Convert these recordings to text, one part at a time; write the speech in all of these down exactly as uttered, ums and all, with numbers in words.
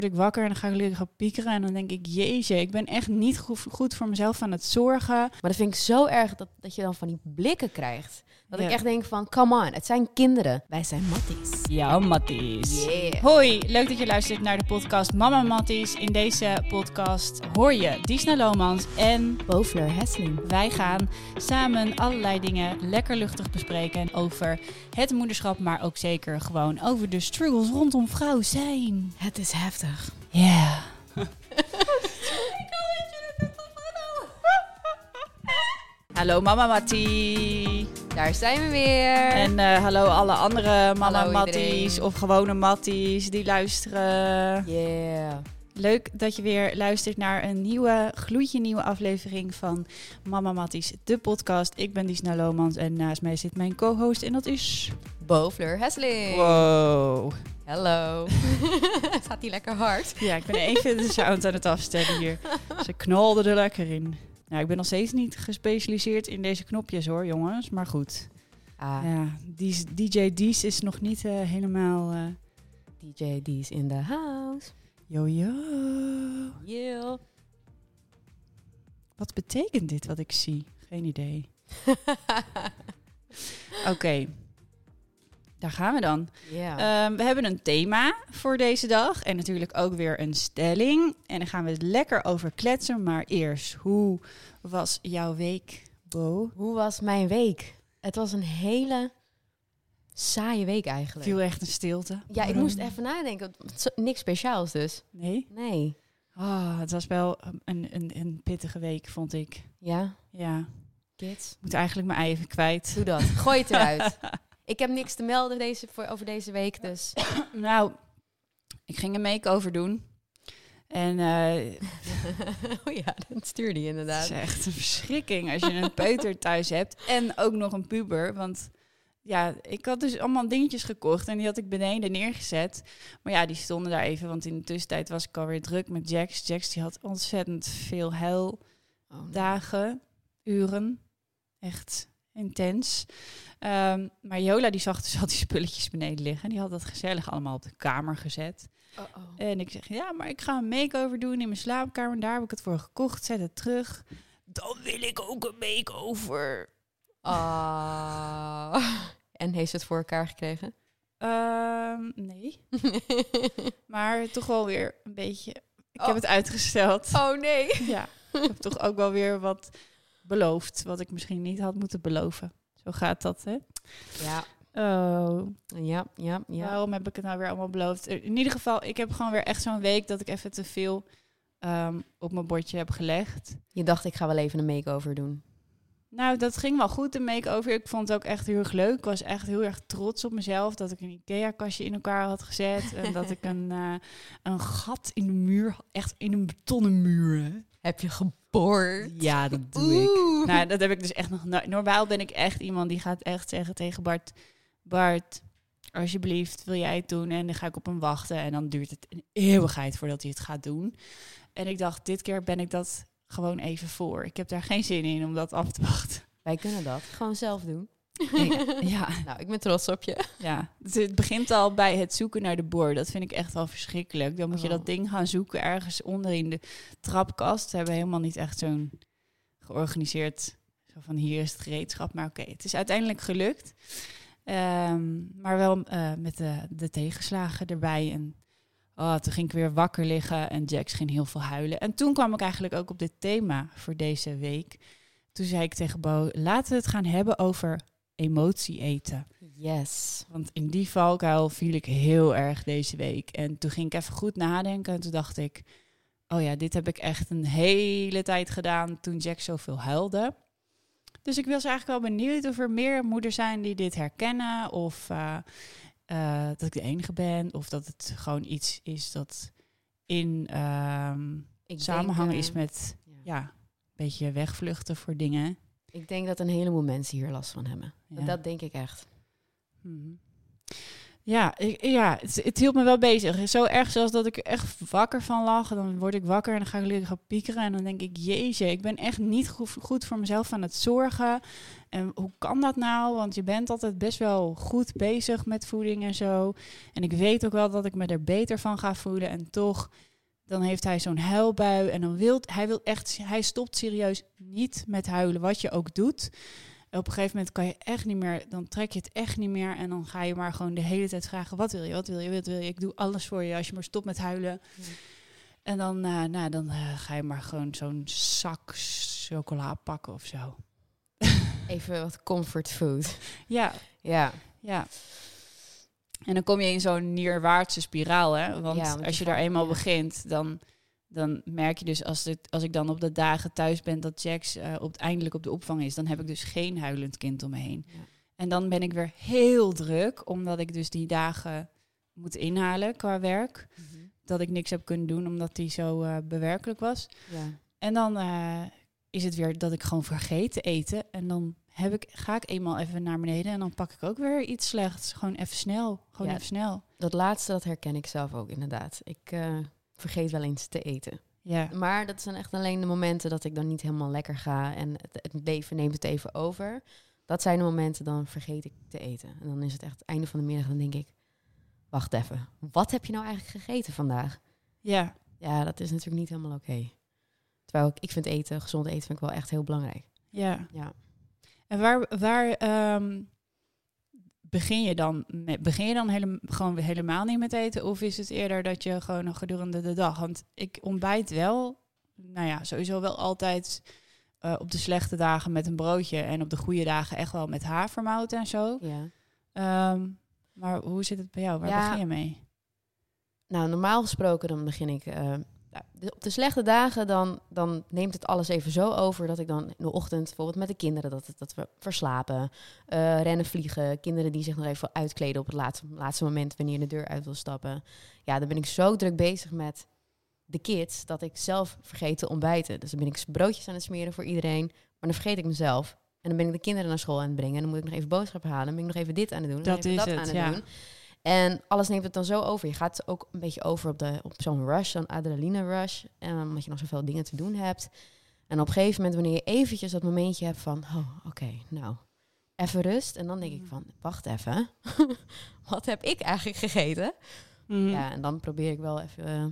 ik wakker en dan ga ik liggen piekeren en dan denk ik, jeetje, ik ben echt niet goed, goed voor mezelf aan het zorgen. Maar dat vind ik zo erg dat, dat je dan van die blikken krijgt. Dat Ja. ik echt denk van, come on, het zijn kinderen. Wij zijn matties. Ja, Matties. Yeah. Hoi, leuk dat je luistert naar de podcast Mama Matties. In deze podcast hoor je Diesna Lomans en Bo Fleur Hesseling. wij gaan samen allerlei dingen lekker luchtig bespreken over het moederschap, maar ook zeker gewoon over de struggles rondom vrouw zijn. Het is heftig. Ja. Yeah. Hallo Mama Mattie. Daar zijn we weer. En uh, hallo alle andere Mama Hallo Matties iedereen. of gewone Matties die luisteren. Yeah. Leuk dat je weer luistert naar een nieuwe, gloedje nieuwe aflevering van Mama Matties, de podcast. Ik ben Diesna Lomans en naast mij zit mijn co-host en dat is... Bo Fleur Hesseling. Wow. Hallo. Het gaat hier lekker hard. Ja, ik ben even de sound aan het afstellen hier. Ze knalden er lekker in. Nou, ik ben nog steeds niet gespecialiseerd in deze knopjes hoor, jongens. Maar goed. Ah, Ja, die, D J Dies is nog niet uh, helemaal... Uh... D J D's in the house. Yo, yo. Yeah. Wat betekent dit wat ik zie? Geen idee. Oké. Okay. Daar gaan we dan. Yeah. Um, we hebben een thema voor deze dag. En natuurlijk ook weer een stelling. En daar gaan we het lekker over kletsen. Maar eerst, hoe was jouw week, Bo? Hoe was mijn week? Het was een hele saaie week eigenlijk. Viel echt een stilte. Ja, ik moest even nadenken. Niks speciaals dus. Nee? Nee. Oh, het was wel een, een, een pittige week, vond ik. Ja? Ja. Kids? Ik moet eigenlijk mijn ei even kwijt. Doe dat. Gooi het eruit. Ik heb niks te melden deze, voor, over deze week, dus... Nou, ik ging een make-over doen. En uh, oh ja, dat stuurde je inderdaad. het is echt een verschrikking als je een peuter thuis hebt. En ook nog een puber. Want ja, ik had dus allemaal dingetjes gekocht. En die had ik beneden neergezet. Maar ja, die stonden daar even. Want in de tussentijd was ik alweer druk met Jax. Jax die had ontzettend veel huildagen, oh, uren. Echt intens. Um, maar Jola die zag dus al die spulletjes beneden liggen. Die had dat gezellig allemaal op de kamer gezet. Oh, oh. En ik zeg, ja, maar ik ga een make-over doen in mijn slaapkamer. Daar heb ik het voor gekocht. Zet het terug. Dan wil ik ook een make-over. Uh, en heeft ze het voor elkaar gekregen? Um, nee. Maar toch wel weer een beetje... Ik oh. heb het uitgesteld. Oh nee. Ja, ik heb toch ook wel weer wat beloofd. Wat ik misschien niet had moeten beloven. Zo gaat dat, hè? Ja. Oh. Ja, ja, ja. Waarom heb ik het nou weer allemaal beloofd? In ieder geval, ik heb gewoon weer echt zo'n week dat ik even te veel um, op mijn bordje heb gelegd. Je dacht, ik ga wel even een make-over doen. Nou, dat ging wel goed, de make-over. Ik vond het ook echt heel erg leuk. Ik was echt heel erg trots op mezelf dat ik een IKEA-kastje in elkaar had gezet. En dat ik een, uh, een gat in de muur, echt in een betonnen muur. Hè? Heb je geboord? Ja, dat doe Oeh. ik. Nou, dat heb ik dus echt nog nooit. Normaal ben ik echt iemand die gaat echt zeggen tegen Bart... Bart, alsjeblieft, wil jij het doen? En dan ga ik op hem wachten. En dan duurt het een eeuwigheid voordat hij het gaat doen. En ik dacht, dit keer ben ik dat gewoon even voor. Ik heb daar geen zin in om dat af te wachten. Wij kunnen dat gewoon zelf doen. Ja. ja. Nou, ik ben trots op je. Ja, het begint al bij het zoeken naar de boor. Dat vind ik echt wel verschrikkelijk. Dan moet oh. je dat ding gaan zoeken ergens onder in de trapkast. We hebben helemaal niet echt zo'n georganiseerd... Zo van, hier is het gereedschap. Maar oké, okay, het is uiteindelijk gelukt. Um, maar wel uh, met de, de tegenslagen erbij. En oh, toen ging ik weer wakker liggen en Jax ging heel veel huilen. En toen kwam ik eigenlijk ook op dit thema voor deze week. Toen zei ik tegen Bo, laten we het gaan hebben over emotie eten. Yes. Want in die valkuil viel ik heel erg deze week. En toen ging ik even goed nadenken en toen dacht ik... oh ja, dit heb ik echt een hele tijd gedaan toen Jax zoveel huilde. Dus ik was eigenlijk wel benieuwd of er meer moeders zijn die dit herkennen. Of uh, uh, dat ik de enige ben. Of dat het gewoon iets is dat in uh, samenhang denk, uh, is met ja. ja, een beetje wegvluchten voor dingen. Ik denk dat een heleboel mensen hier last van hebben. Ja. Dat denk ik echt. Hmm. Ja, ik, ja het, het hield me wel bezig. Zo erg zelfs dat ik er echt wakker van lag. Dan word ik wakker en dan ga ik liggen gaan piekeren. En dan denk ik, jeetje, ik ben echt niet goed, goed voor mezelf aan het zorgen. En hoe kan dat nou? Want je bent altijd best wel goed bezig met voeding en zo. En ik weet ook wel dat ik me er beter van ga voelen. En toch, dan heeft hij zo'n huilbui. En dan wil hij wil echt, hij stopt serieus niet met huilen, wat je ook doet. Op een gegeven moment kan je echt niet meer, dan trek je het echt niet meer. En dan ga je maar gewoon de hele tijd vragen, wat wil je, wat wil je, wat wil je? Ik doe alles voor je als je maar stopt met huilen. Ja. En dan, uh, nou, dan uh, ga je maar gewoon zo'n zak chocola pakken of zo. Even wat comfort food. Ja. Ja. Ja. En dan kom je in zo'n neerwaartse spiraal, hè. Want ja, als je daar eenmaal ja. begint, dan... Dan merk je dus, als, het, als ik dan op de dagen thuis ben dat Jax uh, op, eindelijk op de opvang is, dan heb ik dus geen huilend kind om me heen. Ja. En dan ben ik weer heel druk, omdat ik dus die dagen moet inhalen qua werk. Mm-hmm. Dat ik niks heb kunnen doen, omdat die zo uh, bewerkelijk was. Ja. En dan uh, is het weer dat ik gewoon vergeet te eten. En dan heb ik, ga ik eenmaal even naar beneden en dan pak ik ook weer iets slechts. Gewoon even snel, gewoon ja, even snel. Dat laatste, dat herken ik zelf ook inderdaad. Ik... Uh... vergeet wel eens te eten. Ja. Maar dat zijn echt alleen de momenten dat ik dan niet helemaal lekker ga en het, het leven neemt het even over. Dat zijn de momenten, dan vergeet ik te eten. En dan is het echt het einde van de middag, dan denk ik, wacht even, wat heb je nou eigenlijk gegeten vandaag? Ja. Ja, dat is natuurlijk niet helemaal oké. Okay. Terwijl ik, ik vind eten, gezond eten vind ik wel echt heel belangrijk. Ja. Ja. En waar, waar um, begin je dan met, begin je dan hele, gewoon helemaal niet met eten? Of is het eerder dat je gewoon gedurende de dag... Want ik ontbijt wel, nou ja, sowieso wel altijd uh, op de slechte dagen met een broodje. En op de goede dagen echt wel met havermout en zo. Ja. Um, maar hoe zit het bij jou? Waar ja, begin je mee? Nou, normaal gesproken dan begin ik... Uh, op de slechte dagen dan, dan neemt het alles even zo over... dat ik dan in de ochtend bijvoorbeeld met de kinderen... dat, dat we verslapen, uh, rennen, vliegen... kinderen die zich nog even uitkleden op het laatste, laatste moment... wanneer je de deur uit wil stappen. Ja, dan ben ik zo druk bezig met de kids... dat ik zelf vergeet te ontbijten. Dus dan ben ik broodjes aan het smeren voor iedereen... maar dan vergeet ik mezelf. En dan ben ik de kinderen naar school aan het brengen... en dan moet ik nog even boodschappen halen... dan ben ik nog even dit aan het doen... Dat is dat het, aan het ja. doen. En alles neemt het dan zo over. Je gaat ook een beetje over op, de, op zo'n rush, zo'n adrenaline rush. En omdat je nog zoveel dingen te doen hebt. En op een gegeven moment, wanneer je eventjes dat momentje hebt van... Oh, oké, okay, nou, even rust. En dan denk ik van, wacht even. Wat heb ik eigenlijk gegeten? Mm. Ja, en dan probeer ik wel even uh,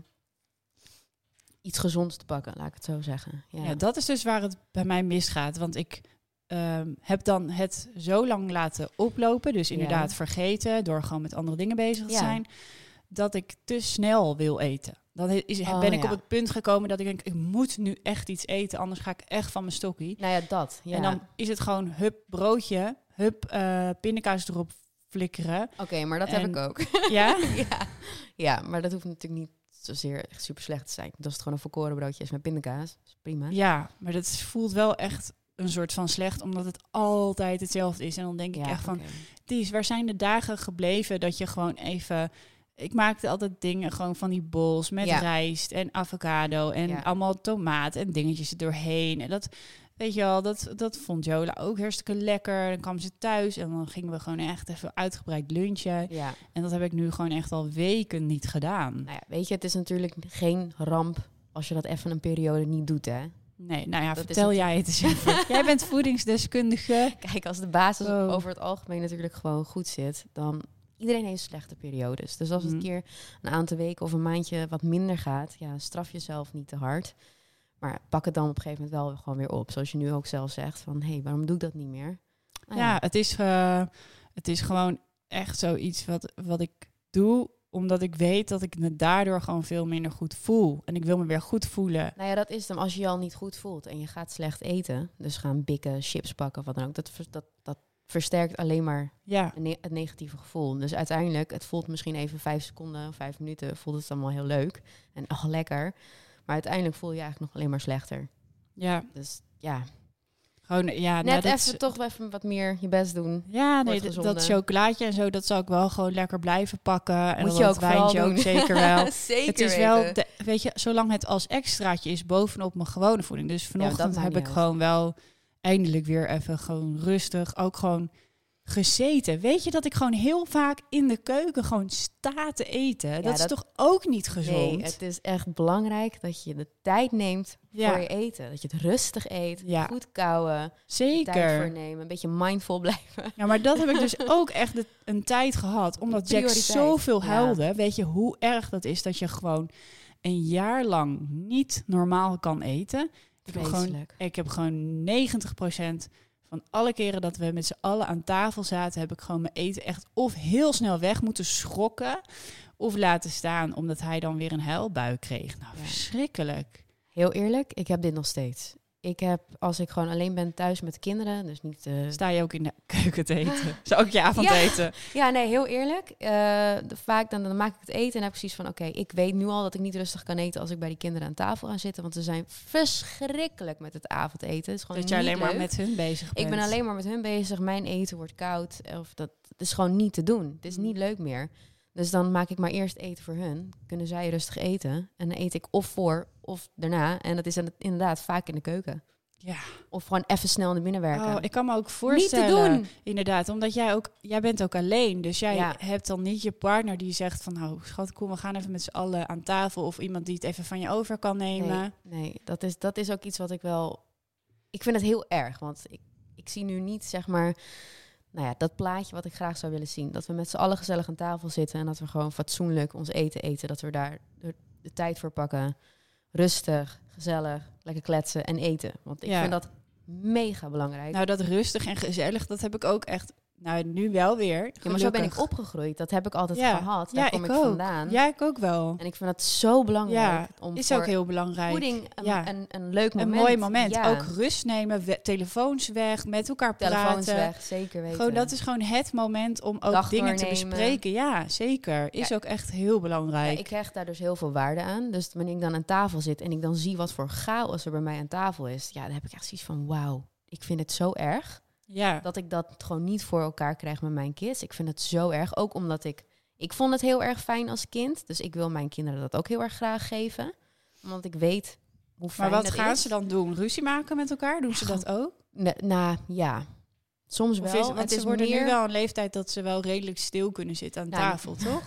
iets gezonds te pakken, laat ik het zo zeggen. Ja. Ja, dat is dus waar het bij mij misgaat. Want ik... Um, heb dan het zo lang laten oplopen, dus inderdaad ja. vergeten, door gewoon met andere dingen bezig te ja. zijn, dat ik te snel wil eten. Dan is, oh, ben ik ja. op het punt gekomen dat ik denk, ik moet nu echt iets eten, anders ga ik echt van mijn stokkie. Nou ja, dat. Ja. En dan is het gewoon hup broodje, hup uh, pindakaas erop flikkeren. Oké, okay, maar dat en, heb ik ook. Ja? ja? Ja, maar dat hoeft natuurlijk niet zozeer echt super slecht te zijn. Dat is gewoon een volkoren broodje met pindakaas. Dat is prima. Ja, maar dat voelt wel echt... een soort van slecht, omdat het altijd hetzelfde is. En dan denk ik ja, echt van, okay. Ties, waar zijn de dagen gebleven dat je gewoon even... Ik maakte altijd dingen gewoon van die bols met ja. rijst en avocado en ja. allemaal tomaat en dingetjes er doorheen. En dat, weet je wel, dat, dat vond Jola ook hartstikke lekker. Dan kwam ze thuis en dan gingen we gewoon echt even uitgebreid lunchen. Ja. En dat heb ik nu gewoon echt al weken niet gedaan. Nou ja, weet je, het is natuurlijk geen ramp als je dat even een periode niet doet, hè? Nee, nou ja, dat vertel jij het eens even. Jij bent voedingsdeskundige. Kijk, als de basis oh. over het algemeen natuurlijk gewoon goed zit, dan iedereen heeft slechte periodes. Dus als het een keer een aantal weken of een maandje wat minder gaat, ja, straf jezelf niet te hard. Maar pak het dan op een gegeven moment wel gewoon weer op. Zoals je nu ook zelf zegt van, hé, hey, waarom doe ik dat niet meer? Nou, ja, ja. Het, is, uh, het is gewoon echt zoiets wat, wat ik doe, omdat ik weet dat ik me daardoor gewoon veel minder goed voel. En ik wil me weer goed voelen. Nou ja, dat is hem. Als je je al niet goed voelt en je gaat slecht eten, dus gaan bikken, chips pakken, wat dan ook, dat, dat, dat versterkt alleen maar ja. ne- het negatieve gevoel. Dus uiteindelijk, het voelt misschien even vijf seconden, vijf minuten, voelt het allemaal heel leuk. En oh, lekker. Maar uiteindelijk voel je eigenlijk nog alleen maar slechter. Ja. Dus ja... Gewoon, ja, net nou, dat even is... toch even wat meer je best doen. Ja, nee, d- dat chocolaatje en zo, dat zal ik wel gewoon lekker blijven pakken. En moet je ook wijntje ook zeker wel. Zeker het is wel, de, weet je, zolang het als extraatje is bovenop mijn gewone voeding. Dus vanochtend ja, heb ik uit. gewoon wel eindelijk weer even gewoon rustig. Ook gewoon gezeten. Weet je dat ik gewoon heel vaak in de keuken gewoon sta te eten? Ja, dat, dat is toch ook niet gezond? Nee, het is echt belangrijk dat je de tijd neemt ja. voor je eten. Dat je het rustig eet, ja. goed kauwen, zeker. tijd voor nemen, een beetje mindful blijven. Ja, maar dat heb ik dus ook echt de, een tijd gehad. Omdat Jack zoveel huilde. Ja. Weet je hoe erg dat is dat je gewoon een jaar lang niet normaal kan eten? Ik heb, gewoon, ik heb gewoon negentig procent van alle keren dat we met z'n allen aan tafel zaten, heb ik gewoon mijn eten echt of heel snel weg moeten schrokken of laten staan, omdat hij dan weer een huilbui kreeg. Nou, ja. verschrikkelijk. Heel eerlijk, ik heb dit nog steeds. Ik heb, als ik gewoon alleen ben thuis met kinderen, dus niet... Uh... Sta je ook in de keuken te eten? Zou ik je avondeten? Ja. ja, nee, heel eerlijk. Uh, de, vaak dan, dan maak ik het eten en heb ik zoiets van... Oké, okay, ik weet nu al dat ik niet rustig kan eten als ik bij die kinderen aan tafel ga zitten. Want ze zijn verschrikkelijk met het avondeten. Het is gewoon dat je alleen leuk. maar met hun bezig bent. Ik ben alleen maar met hun bezig. Mijn eten wordt koud. Of dat, het is gewoon niet te doen. Het is niet leuk meer. Dus dan maak ik maar eerst eten voor hun. Kunnen zij rustig eten. En dan eet ik of voor of daarna. En dat is inderdaad vaak in de keuken. Ja. Of gewoon even snel naar binnen werken. Oh, ik kan me ook voorstellen. Niet te doen. Inderdaad, omdat jij ook, jij bent ook alleen. Dus jij ja. hebt dan niet je partner die zegt van, nou schat, kom, we gaan even met z'n allen aan tafel. Of iemand die het even van je over kan nemen. Nee, nee dat, is, dat is ook iets wat ik wel... Ik vind het heel erg, want ik, ik zie nu niet, zeg maar... Nou ja, dat plaatje wat ik graag zou willen zien. Dat we met z'n allen gezellig aan tafel zitten en dat we gewoon fatsoenlijk ons eten eten. Dat we daar de, de tijd voor pakken. Rustig, gezellig, lekker kletsen en eten. Want ik ja. vind dat mega belangrijk. Nou, dat rustig en gezellig, dat heb ik ook echt... Nou, nu wel weer. Ja, maar zo ben ik opgegroeid. Dat heb ik altijd ja. gehad. Daar ja, kom ik, ik vandaan. Ja, ik ook wel. En ik vind dat zo belangrijk. Ja, om is ook heel belangrijk. Voeding een, ja. een, een leuk moment. Een mooi moment. Ja. Ook rust nemen, we, telefoons weg, met elkaar telefoons praten. Telefoons weg, zeker weten. Gewoon, dat is gewoon het moment om ook Dag dingen te bespreken. Ja, zeker. Is ja. ook echt heel belangrijk. Ja, ik krijg daar dus heel veel waarde aan. Dus wanneer ik dan aan tafel zit en ik dan zie wat voor chaos er bij mij aan tafel is. Ja, dan heb ik echt zoiets van, wauw, ik vind het zo erg. Ja. Dat ik dat gewoon niet voor elkaar krijg met mijn kids. Ik vind het zo erg. Ook omdat ik... Ik vond het heel erg fijn als kind. Dus ik wil mijn kinderen dat ook heel erg graag geven. Omdat ik weet hoe fijn Maar wat dat gaan is. ze dan doen? Ruzie maken met elkaar? Doen ze dat ook? Nou, nah, ja. Soms wel. Is, want het ze is worden meer... nu wel een leeftijd dat ze wel redelijk stil kunnen zitten aan nou, tafel, toch?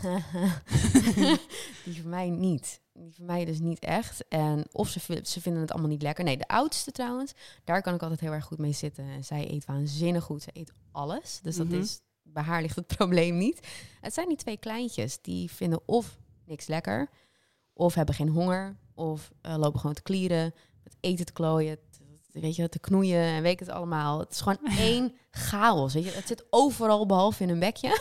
Die voor mij niet. Die voor mij dus niet echt. En of ze, ze vinden het allemaal niet lekker. Nee, de oudste trouwens, daar kan ik altijd heel erg goed mee zitten. En zij eet waanzinnig goed. Ze eet alles. Dus dat mm-hmm. is, bij haar ligt het probleem niet. Het zijn die twee kleintjes. Die vinden of niks lekker, of hebben geen honger, of uh, lopen gewoon te klieren, met eten te klooien, te, weet je, te knoeien en weet ik het allemaal. Het is gewoon één chaos. Weet je? Het zit overal behalve in hun bekje.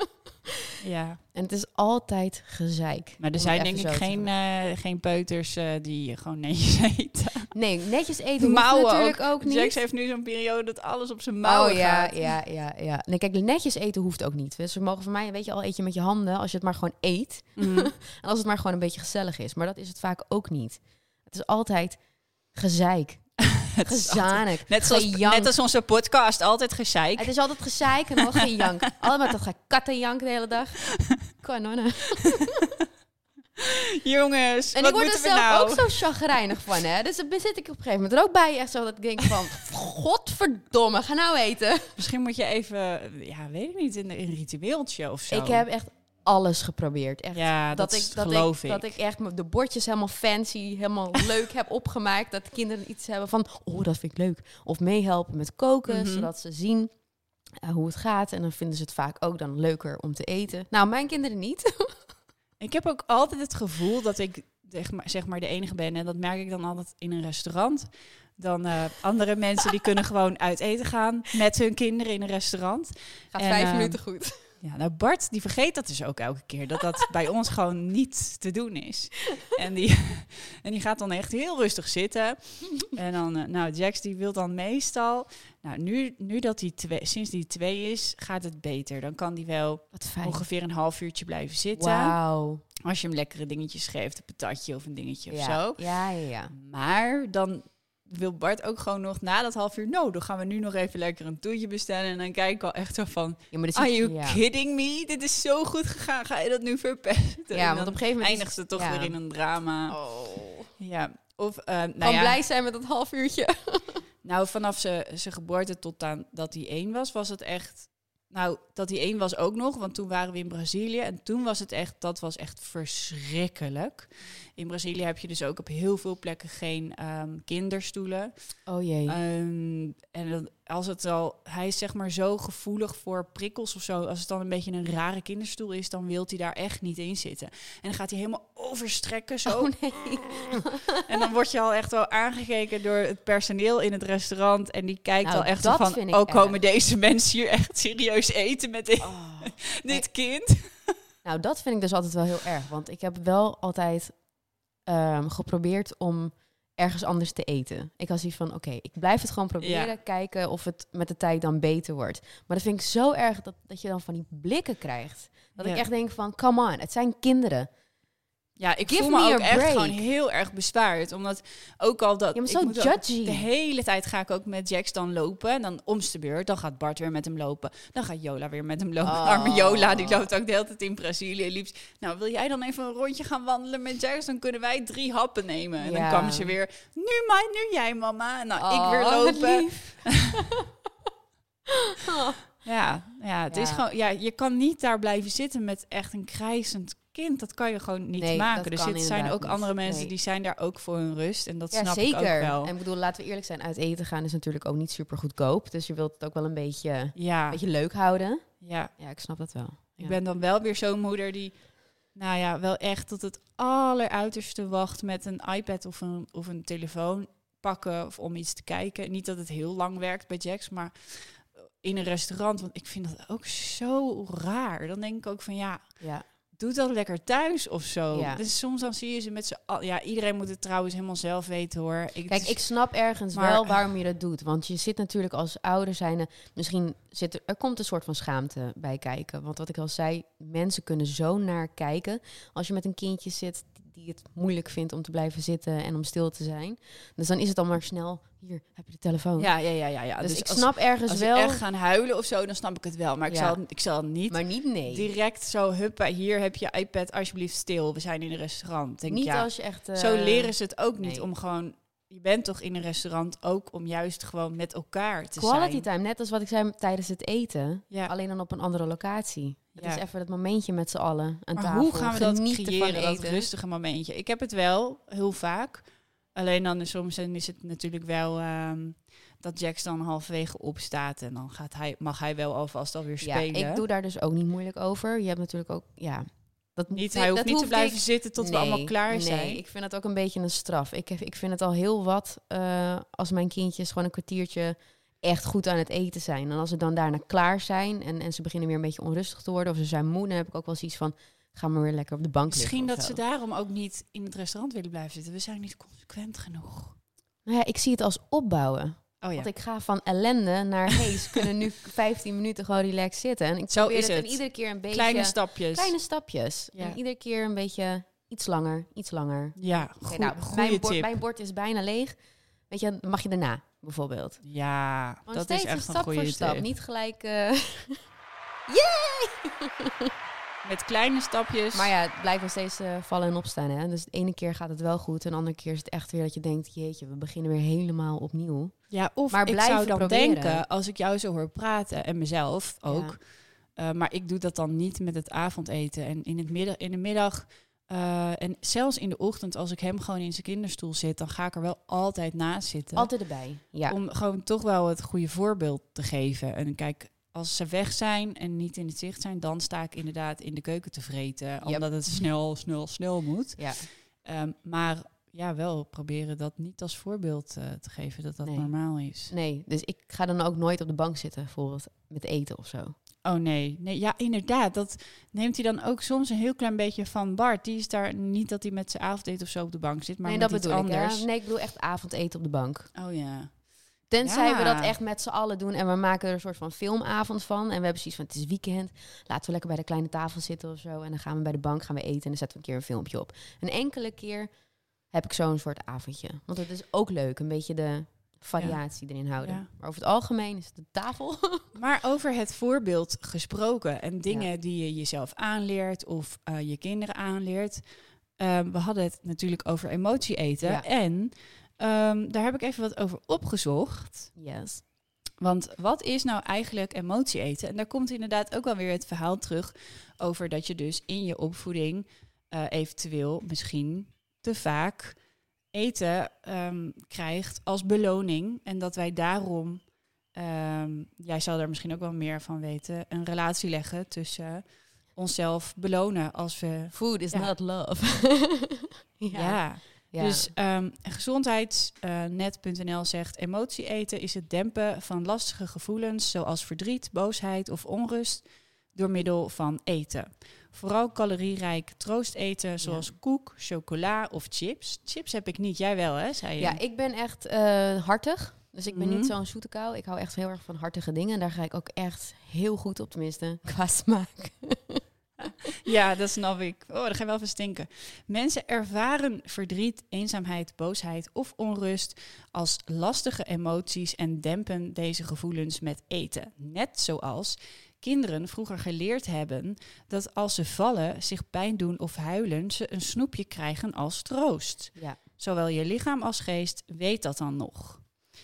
Ja. En het is altijd gezeik. Maar er zijn denk ik geen, uh, geen peuters uh, die gewoon netjes eten. Nee, netjes eten hoeft natuurlijk ook, ook niet. Jax heeft nu zo'n periode dat alles op zijn mouwen oh, ja, gaat. ja, ja, ja. Nee, kijk, netjes eten hoeft ook niet. Dus ze mogen voor mij, weet je al, eet je met je handen als je het maar gewoon eet. Mm. En als het maar gewoon een beetje gezellig is. Maar dat is het vaak ook niet. Het is altijd gezeik. Gezanik. Net, zoals, net als onze podcast, altijd gezeik. Het is altijd gezeik en dan gejank. Allemaal toch kattenjank de hele dag. Kanonnen. Jongens, en wat ik word er zelf nou? ook zo chagrijnig van, hè. Dus dan zit ik op een gegeven moment er ook bij. Echt zo dat ik denk van, godverdomme, ga nou eten. Misschien moet je even, ja, weet ik niet, in een ritueeltje of zo. Ik heb echt alles geprobeerd. Echt, ja, dat, dat ik, dat geloof ik, ik. Dat ik echt de bordjes helemaal fancy, helemaal leuk heb opgemaakt. Dat de kinderen iets hebben van, oh, dat vind ik leuk. Of meehelpen met koken, mm-hmm. zodat ze zien uh, hoe het gaat. En dan vinden ze het vaak ook dan leuker om te eten. Nou, mijn kinderen niet. Ik heb ook altijd het gevoel dat ik zeg maar, zeg maar de enige ben. En dat merk ik dan altijd in een restaurant. Dan uh, andere mensen die kunnen gewoon uit eten gaan met hun kinderen in een restaurant. Gaat en, vijf uh, minuten goed. Ja, nou Bart, die vergeet dat dus ook elke keer. Dat dat bij ons gewoon niet te doen is. En die, en die gaat dan echt heel rustig zitten. En dan, uh, nou, Jax die wil dan meestal... Nou, nu, nu dat hij twee, sinds die twee is, gaat het beter. Dan kan die wel ongeveer een half uurtje blijven zitten. Wauw. Als je hem lekkere dingetjes geeft, een patatje of een dingetje ja. of zo. Ja, ja, ja. Maar dan... wil Bart ook gewoon nog na dat half uur... nou, dan gaan we nu nog even lekker een toetje bestellen... en dan kijk ik al echt zo van... Ja, maar are you ja. kidding me? Dit is zo goed gegaan. Ga je dat nu verpesten? Ja, want op een gegeven moment... eindigt het toch ja. weer in een drama. Oh. Ja. Of, uh, nou kan ja. blij zijn met dat half uurtje. Nou, vanaf zijn geboorte tot aan dat hij één was... was het echt... Nou, dat die één was ook nog, want toen waren we in Brazilië. En toen was het echt, dat was echt verschrikkelijk. In Brazilië heb je dus ook op heel veel plekken geen um, kinderstoelen. Oh jee. Um, en dan, als het al, hij is zeg maar zo gevoelig voor prikkels of zo. Als het dan een beetje een rare kinderstoel is, dan wil hij daar echt niet in zitten. En dan gaat hij helemaal overstrekken zo. Oh nee. En dan word je al echt wel aangekeken door het personeel in het restaurant. En die kijkt Nou, al echt dat zo van, vind ik oh, komen erg. deze mensen hier echt serieus eten met dit, Oh. dit kind? Nou, dat vind ik dus altijd wel heel erg. Want ik heb wel altijd um, geprobeerd om ergens anders te eten. Ik had zoiets van, oké, okay, ik blijf het gewoon proberen. Ja. Kijken of het met de tijd dan beter wordt. Maar dat vind ik zo erg dat, dat je dan van die blikken krijgt. Dat Ja. ik echt denk van, come on, het zijn kinderen. Ja, ik Give voel me me a ook echt break. gewoon heel erg bezwaard. Omdat ook al dat... Ja, maar ik zo moet ook judgy. de hele tijd ga ik ook met Jax dan lopen. En dan om's de beurt. Dan gaat Bart weer met hem lopen. Dan gaat Jola weer met hem lopen. Oh. Arme Jola, die loopt ook de hele tijd in Brazilië. Liefst. Nou, wil jij dan even een rondje gaan wandelen met Jax? Dan kunnen wij drie happen nemen. En Ja. dan kwam ze weer... Nu mij, nu jij, mama. Nou, Oh, ik weer wat lopen. lief. oh. Ja, ja, het Ja. is gewoon... Ja, je kan niet daar blijven zitten met echt een krijzend kind. Dat kan je gewoon niet Nee, maken. dat Dus kan er zijn ook inderdaad niet. andere mensen Nee. die zijn daar ook voor hun rust. En dat Ja, snap zeker. ik ook wel. En ik bedoel, laten we eerlijk zijn, uit eten gaan is natuurlijk ook niet super goedkoop. Dus je wilt het ook wel een beetje, Ja, een beetje leuk houden. ja. Ja, ik snap dat wel. Ik Ja. ben dan wel weer zo'n moeder die, nou ja, wel echt tot het alleruiterste wacht met een iPad of een, of een telefoon pakken of om iets te kijken. Niet dat het heel lang werkt bij Jax, maar in een restaurant, want ik vind dat ook zo raar. Dan denk ik ook van, ja, Ja. doe dat lekker thuis of zo. Ja. Dus soms dan zie je ze met z'n al. Ja, iedereen moet het trouwens helemaal zelf weten, hoor. Ik, Kijk, dus- ik snap ergens maar- wel waarom je dat doet. Want je zit natuurlijk als ouder zijnde... Misschien zit er... Er komt een soort van schaamte bij kijken. Want wat ik al zei, mensen kunnen zo naar kijken. Als je met een kindje zit die het moeilijk vindt om te blijven zitten en om stil te zijn. Dus dan is het dan maar snel... Hier, heb je de telefoon. Ja, ja, ja, ja. ja. dus, ik als, snap ergens als wel... ze echt gaan huilen of zo, dan snap ik het wel. Maar ik, Ja. zal, ik zal niet... Maar niet nee. direct zo, huppa, hier heb je iPad, alsjeblieft stil. We zijn in een restaurant. Denk, niet ja, als je echt... eh, zo leren ze het ook niet nee. om gewoon... Je bent toch in een restaurant ook om juist gewoon met elkaar te Quality zijn. time, net als wat ik zei tijdens het eten. Ja. Alleen dan op een andere locatie. Het Ja. is even dat momentje met z'n allen aan Maar tafel. hoe gaan we dat Genieten creëren, van dat eten. rustige momentje? Ik heb het wel, heel vaak. Alleen dan is soms dan is het natuurlijk wel... Um, dat Jax dan halverwege opstaat en dan gaat hij, mag hij wel alvast alweer Ja, spelen. ik doe daar dus ook niet moeilijk over. Je hebt natuurlijk ook, ja... Dat, Niet, nee, hij hoeft dat niet te hoef blijven ik- zitten tot we Nee, allemaal klaar nee, zijn. ik vind het ook een beetje een straf. Ik, heb- ik vind het al heel wat uh, als mijn kindjes gewoon een kwartiertje echt goed aan het eten zijn. En als ze dan daarna klaar zijn en, en ze beginnen weer een beetje onrustig te worden of ze zijn moe, dan heb ik ook wel zoiets van, ga maar weer lekker op de bank Misschien liggen dat of ze zo. daarom ook niet in het restaurant willen blijven zitten. We zijn niet consequent genoeg. Nou ja, ik zie het als opbouwen. Oh ja. Want ik ga van ellende naar, hey, ze kunnen nu vijftien minuten gewoon relaxed zitten. En ik Zo probeer is het. het. En iedere keer een beetje... Kleine stapjes. kleine stapjes. Ja. En iedere keer een beetje iets langer, iets langer. Ja, Oké, goe- nou, goeie mijn, bord, tip. mijn bord is bijna leeg. Weet je, dan mag je daarna, bijvoorbeeld. Ja, Gewoon dat steeds is echt een stap goede voor stap. tip. Niet gelijk... eh, Met kleine stapjes. Maar ja, het blijft nog steeds eh, vallen en opstaan. Hè? Dus de ene keer gaat het wel goed. En de andere keer is het echt weer dat je denkt... jeetje, we beginnen weer helemaal opnieuw. Ja, of Maar ik blijven zou dan proberen. denken, als ik jou zo hoor praten en mezelf ook, Ja. uh, maar ik doe dat dan niet met het avondeten en in, het middag, in de middag uh, en zelfs in de ochtend als ik hem gewoon in zijn kinderstoel zit, dan ga ik er wel altijd naast zitten. Altijd erbij, ja. Om gewoon toch wel het goede voorbeeld te geven. En kijk, als ze weg zijn en niet in het zicht zijn, dan sta ik inderdaad in de keuken te vreten, Yep. omdat het snel, snel, snel moet. ja. Um, maar ja, wel proberen dat niet als voorbeeld uh, te geven, dat dat Nee. normaal is. Nee, dus ik ga dan ook nooit op de bank zitten, bijvoorbeeld met eten of zo. Oh nee. nee, ja inderdaad. Dat neemt hij dan ook soms een heel klein beetje van Bart. Die is daar niet dat hij met zijn avondeten of zo op de bank zit, maar nee, met dat iets bedoel anders. ik. Hè? Nee, ik bedoel echt avondeten op de bank. Oh ja. Tenzij Ja. we dat echt met z'n allen doen en we maken er een soort van filmavond van. En we hebben zoiets van, het is weekend, laten we lekker bij de kleine tafel zitten of zo. En dan gaan we bij de bank gaan we eten en dan zetten we een keer een filmpje op. Een enkele keer heb ik zo'n soort avondje. Want het is ook leuk, een beetje de variatie erin houden. Ja. Maar over het algemeen is het de tafel. Maar over het voorbeeld gesproken en dingen Ja. die je jezelf aanleert of uh, je kinderen aanleert. Um, we hadden het natuurlijk over emotie eten. Ja. En um, daar heb ik even wat over opgezocht. Yes. Want wat is nou eigenlijk emotie eten? En daar komt inderdaad ook wel weer het verhaal terug over dat je dus in je opvoeding uh, eventueel misschien te vaak eten um, krijgt als beloning. En dat wij daarom, um, jij zal daar misschien ook wel meer van weten, een relatie leggen tussen onszelf belonen als we... Food is ja. not love. ja. ja. Ja. Dus um, gezondheidsnet punt n l zegt... emotie eten is het dempen van lastige gevoelens... zoals verdriet, boosheid of onrust... door middel van eten. Vooral calorierijk troosteten... zoals ja. koek, chocola of chips. Chips heb ik niet, jij wel, hè? Zei je. Ja, ik ben echt uh, hartig. Dus ik ben mm-hmm. niet zo'n zoete kou. Ik hou echt heel erg van hartige dingen. En daar ga ik ook echt heel goed op, tenminste, qua smaak. Ja, dat snap ik. Oh, dan ga je wel even stinken. Mensen ervaren verdriet, eenzaamheid, boosheid of onrust als lastige emoties en dempen deze gevoelens met eten. Net zoals kinderen vroeger geleerd hebben dat als ze vallen, zich pijn doen of huilen, ze een snoepje krijgen als troost. Ja. Zowel je lichaam als geest weet dat dan nog.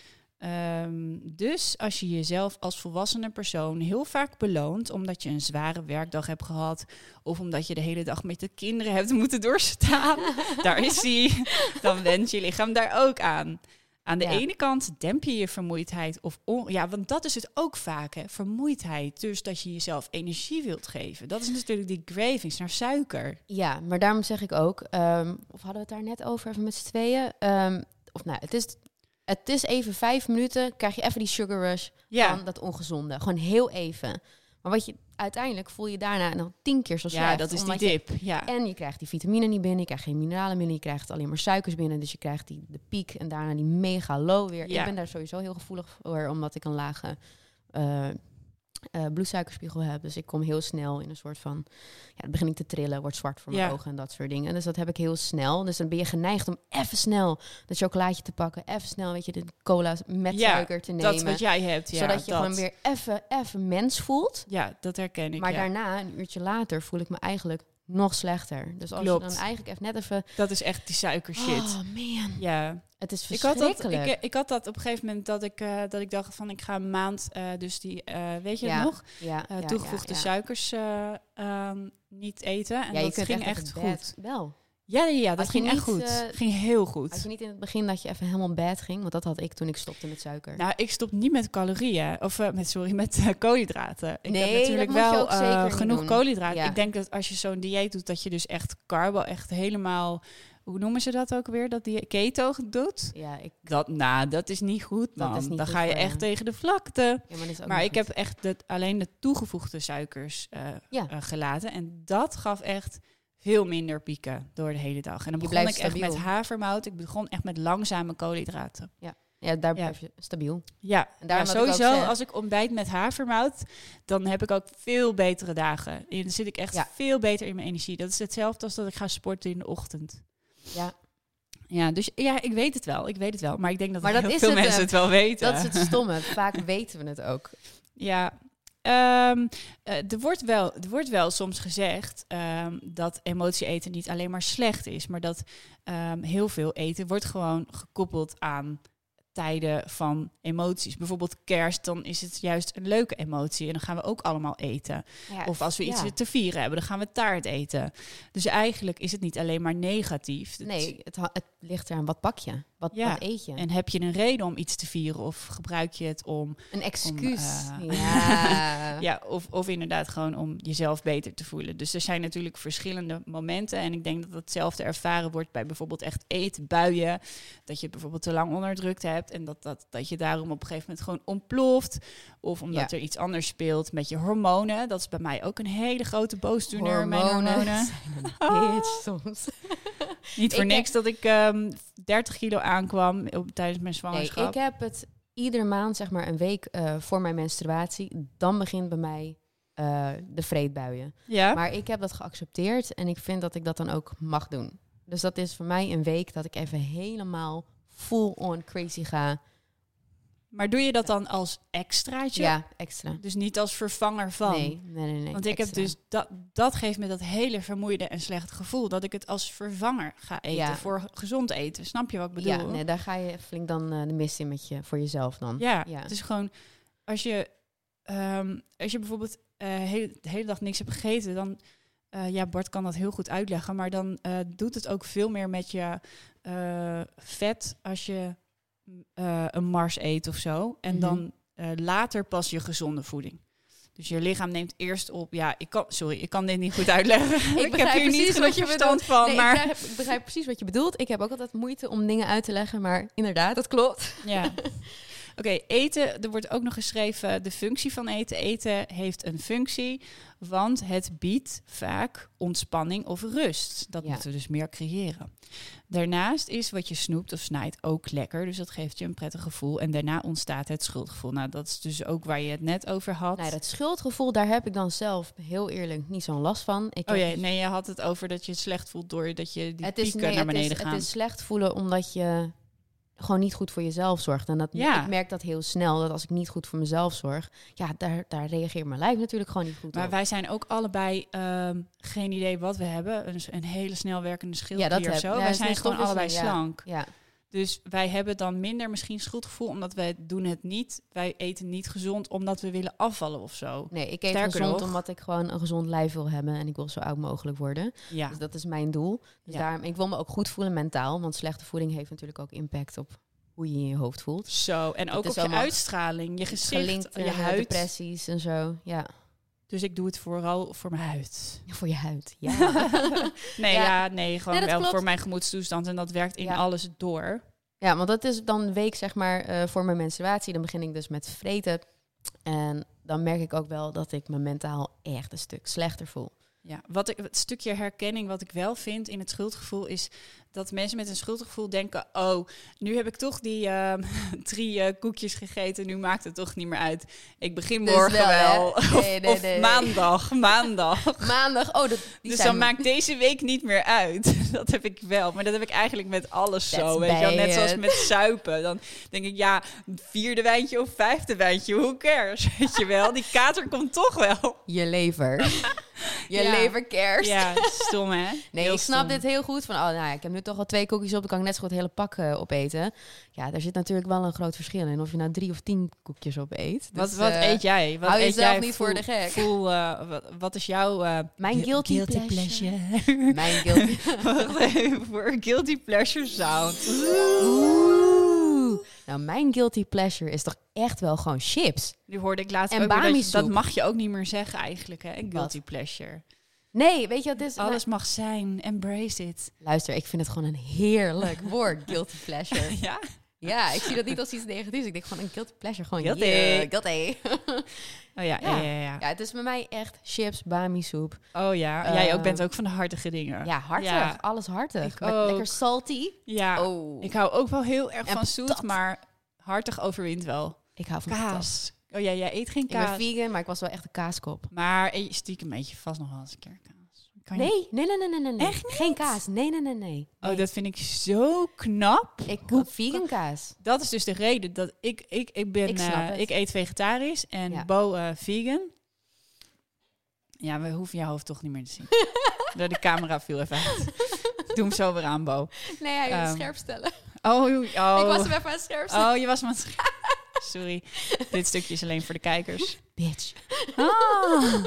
Um, dus als je jezelf als volwassene persoon heel vaak beloont... omdat je een zware werkdag hebt gehad... of omdat je de hele dag met de kinderen hebt moeten doorstaan... daar is hij, dan went je lichaam daar ook aan. Aan de ja. ene kant demp je je vermoeidheid of... On- ja, want dat is het ook vaak, hè, vermoeidheid. Dus dat je jezelf energie wilt geven. Dat is natuurlijk die cravings naar suiker. Ja, maar daarom zeg ik ook... Um, of hadden we het daar net over, even met z'n tweeën? Um, of nou, het is... Het is even vijf minuten, krijg je even die sugar rush ja. van dat ongezonde. Gewoon heel even. Maar wat je uiteindelijk voel je daarna nog tien keer zo slecht. Ja, dat is die dip. Je, ja. En je krijgt die vitamine niet binnen, je krijgt geen mineralen binnen, je krijgt alleen maar suikers binnen. Dus je krijgt die, de piek en daarna die mega low weer. Ja. Ik ben daar sowieso heel gevoelig voor, omdat ik een lage uh, uh, bloedsuikerspiegel heb. Dus ik kom heel snel in een soort van... Ja, dan begin ik te trillen, wordt zwart voor mijn ja. ogen en dat soort dingen. Dus dat heb ik heel snel. Dus dan ben je geneigd om even snel dat chocolaatje te pakken. Even snel, weet je, de cola met ja, suiker te nemen. dat wat jij hebt, ja. Zodat je dat. gewoon weer even, even mens voelt. Ja, dat herken ik, Maar ja. daarna, een uurtje later, voel ik me eigenlijk nog slechter. Dus als Klopt. je dan eigenlijk even net even... Dat is echt die suiker shit. Oh, man. Ja. Het is ik had, verschrikkelijk. dat, ik, ik had dat op een gegeven moment dat ik, uh, dat ik dacht van ik ga een maand, uh, dus die, uh, weet je ja. het nog? Ja, uh, ja, toegevoegde ja, ja. suikers uh, um, niet eten. En ja, dat ging echt, echt goed. Wel. Ja, ja, ja dat ging niet, echt goed. Uh, ging heel goed. Had je niet in het begin dat je even helemaal bad ging? Want dat had ik toen ik stopte met suiker. Nou, ik stop niet met calorieën. Of uh, met, sorry, met uh, koolhydraten. Ik nee, heb natuurlijk wel uh, genoeg koolhydraten. Ja. Ik denk dat als je zo'n dieet doet, dat je dus echt carbo echt helemaal... Hoe noemen ze dat ook weer? Dat die keto doet? Ja, ik... Dat, nou, dat is niet goed, man. Is niet dan goed ga je echt je. tegen de vlakte. Ja, maar maar ik goed. heb echt de, alleen de toegevoegde suikers uh, ja. uh, gelaten. En dat gaf echt veel minder pieken door de hele dag. En dan je begon ik stabiel. echt met havermout. Ik begon echt met langzame koolhydraten. Ja, ja daar ja. blijf je stabiel. Ja, en ja sowieso. Ik als ik ontbijt met havermout, dan heb ik ook veel betere dagen. En dan zit ik echt ja. veel beter in mijn energie. Dat is hetzelfde als dat ik ga sporten in de ochtend. Ja. Ja, dus ja, ik weet het wel. Ik weet het wel. Maar ik denk dat, maar heel dat veel het, mensen uh, het wel weten. Dat is het stomme. Vaak weten we het ook. Ja. Um, uh, er, wordt wel, er wordt wel soms gezegd um, dat emotie eten niet alleen maar slecht is. Maar dat um, heel veel eten wordt gewoon gekoppeld aan tijden van emoties. Bijvoorbeeld kerst, dan is het juist een leuke emotie. En dan gaan we ook allemaal eten. Ja, of als we iets ja. te vieren hebben, dan gaan we taart eten. Dus eigenlijk is het niet alleen maar negatief. Nee, het, ha- het ligt eraan wat pak je. Wat, ja. wat eet je? En heb je een reden om iets te vieren? Of gebruik je het om... Een excuus. Om, uh, ja. ja, of, of inderdaad gewoon om jezelf beter te voelen. Dus er zijn natuurlijk verschillende momenten. En ik denk dat hetzelfde ervaren wordt bij bijvoorbeeld echt eetbuien. Dat je het bijvoorbeeld te lang onderdrukt hebt. En dat, dat, dat je daarom op een gegeven moment gewoon ontploft. Of omdat ja. er iets anders speelt met je hormonen. Dat is bij mij ook een hele grote boosdoener. Hormonen. Mijn hormonen. Zijn een soms. Niet voor ik niks heb... dat ik um, dertig kilo aankwam op, tijdens mijn zwangerschap. Nee, ik heb het iedere maand, zeg maar een week uh, voor mijn menstruatie. Dan begint bij mij uh, de vreedbuien. Ja? Maar ik heb dat geaccepteerd en ik vind dat ik dat dan ook mag doen. Dus dat is voor mij een week dat ik even helemaal full on crazy ga. Maar doe je dat dan als extraatje? Ja, extra. Dus niet als vervanger van? Nee, nee, nee. nee Want ik extra. heb dus, dat, dat geeft me dat hele vermoeide en slechte gevoel. Dat ik het als vervanger ga eten ja. voor gezond eten. Snap je wat ik bedoel? Ja, nee, daar ga je flink dan uh, de mist in met je, voor jezelf dan. Ja, ja, het is gewoon als je, um, als je bijvoorbeeld uh, hele, de hele dag niks hebt gegeten, dan, uh, ja, Bart kan dat heel goed uitleggen, maar dan uh, doet het ook veel meer met je uh, vet als je uh, een Mars eet of zo. En mm-hmm. dan uh, later pas je gezonde voeding. Dus je lichaam neemt eerst op... Ja, ik kan, sorry, ik kan dit niet goed uitleggen. ik, ik heb hier niet wat je verstand van. Nee, maar... ik, begrijp, ik begrijp precies wat je bedoelt. Ik heb ook altijd moeite om dingen uit te leggen. Maar inderdaad, dat klopt. Ja. Oké, okay, eten. Er wordt ook nog geschreven... De functie van eten. Eten heeft een functie. Want het biedt vaak ontspanning of rust. Dat ja. moeten we dus meer creëren. Daarnaast is wat je snoept of snijdt ook lekker. Dus dat geeft je een prettig gevoel. En daarna ontstaat het schuldgevoel. Nou, dat is dus ook waar je het net over had. Nou, dat schuldgevoel, daar heb ik dan zelf heel eerlijk niet zo'n last van. Ik oh ja, dus... nee, je had het over dat je het slecht voelt doordat je die het pieken is, nee, naar beneden het is, gaan. Het is slecht voelen omdat je gewoon niet goed voor jezelf zorgt. En dat, ja. ik merk dat heel snel, dat als ik niet goed voor mezelf zorg, ja, daar, daar reageert mijn lijf natuurlijk gewoon niet goed maar op. Wij zijn ook allebei um, geen idee wat we hebben. Een, een hele snel werkende schildklier ja, dat of zo. Heb, ja, wij zijn gewoon allebei ja, slank. Ja. Dus wij hebben dan minder misschien schuldgevoel, omdat wij doen het niet. Wij eten niet gezond omdat we willen afvallen of zo. Nee, ik eet Sterker gezond nog, omdat ik gewoon een gezond lijf wil hebben en ik wil zo oud mogelijk worden. Ja. Dus dat is mijn doel. Dus ja. daarom, ik wil me ook goed voelen mentaal, want slechte voeding heeft natuurlijk ook impact op hoe je in je hoofd voelt. Zo, en ook op je uitstraling, je gezicht, gelinkt, je uh, huid. Depressies en zo, ja. Dus ik doe het vooral voor mijn huid. Voor je huid, ja. nee, ja. ja, nee, gewoon nee, wel klopt. voor mijn gemoedstoestand. En dat werkt in ja. alles door. Ja, want dat is dan een week, zeg maar, uh, voor mijn menstruatie. Dan begin ik dus met vreten. En dan merk ik ook wel dat ik me mentaal echt een stuk slechter voel. Ja, wat ik, het stukje herkenning wat ik wel vind in het schuldgevoel is dat mensen met een schuldgevoel denken, oh, nu heb ik toch die uh, drie uh, koekjes gegeten, nu maakt het toch niet meer uit. Ik begin dus morgen wel. wel. Of, nee, nee, of nee, maandag, maandag. Maandag, oh. Dat, dus dan maakt deze week niet meer uit. Dat heb ik wel, maar dat heb ik eigenlijk met alles That's zo. Weet je wel? Net zoals met suipen. Dan denk ik, ja, vierde wijntje of vijfde wijntje, who cares? Weet je wel, die kater komt toch wel. Je lever. Je ja. lever cares. Ja, stom hè? Nee, heel ik snap stom. dit heel goed. Van, oh, nou ja, ik heb nu toch al twee koekjes op, dan kan ik net zo goed het hele pak uh, opeten. Ja, daar zit natuurlijk wel een groot verschil in. Of je nou drie of tien koekjes op eet. Dus, wat wat uh, eet jij? Wat hou eet jezelf jij niet voel, voor de gek. Voel, uh, wat, wat is jouw... Uh, Mijn guilty, guilty pleasure. pleasure. Mijn guilty... Wacht even, voor guilty pleasure sound. Oeh. Nou, mijn guilty pleasure is toch echt wel gewoon chips. Nu hoorde ik laatst en ook weer dat, je, dat mag je ook niet meer zeggen eigenlijk, hè? Guilty wat? Pleasure. Nee, weet je wat is? Alles mag zijn. Embrace it. Luister, ik vind het gewoon een heerlijk woord, guilty pleasure. Ja? Ja, ik zie dat niet als iets negatiefs. Ik denk gewoon een guilty pleasure. Gewoon guilty. Yeah, guilty. Oh ja, ja, ja, ja, ja. Ja, het is bij mij echt chips, bami soep. Oh ja, uh, jij ook bent ook van de hartige dingen. Ja, hartig. Ja. Alles hartig. Ik Met ook. Lekker salty. Ja, oh. Ik hou ook wel heel erg en van zoet, dat. maar hartig overwint wel. Ik hou van kaas. Patat. Oh ja, jij eet geen kaas. Ik ben vegan, maar ik was wel echt een kaaskop. Maar eet je stiekem eet je vast nog wel eens een keer kaas. Kan je... Nee, nee, nee, nee, nee, nee. Echt niet? Geen kaas. Nee, nee, nee, nee. Oh, dat vind ik zo knap. Ik Hoe... vegan kaas. Dat is dus de reden dat ik ik ik ben ik, uh, ik eet vegetarisch en ja. Bo uh, vegan. Ja, we hoeven je hoofd toch niet meer te zien. Door de camera viel even uit. Doe hem zo weer aan, Bo. Nee, hij wil um, scherp stellen. Oh, oh. Ik was hem even aan het scherp stellen. Oh, je was hem aan het scherp. Sorry. Dit stukje is alleen voor de kijkers. Bitch. Oh.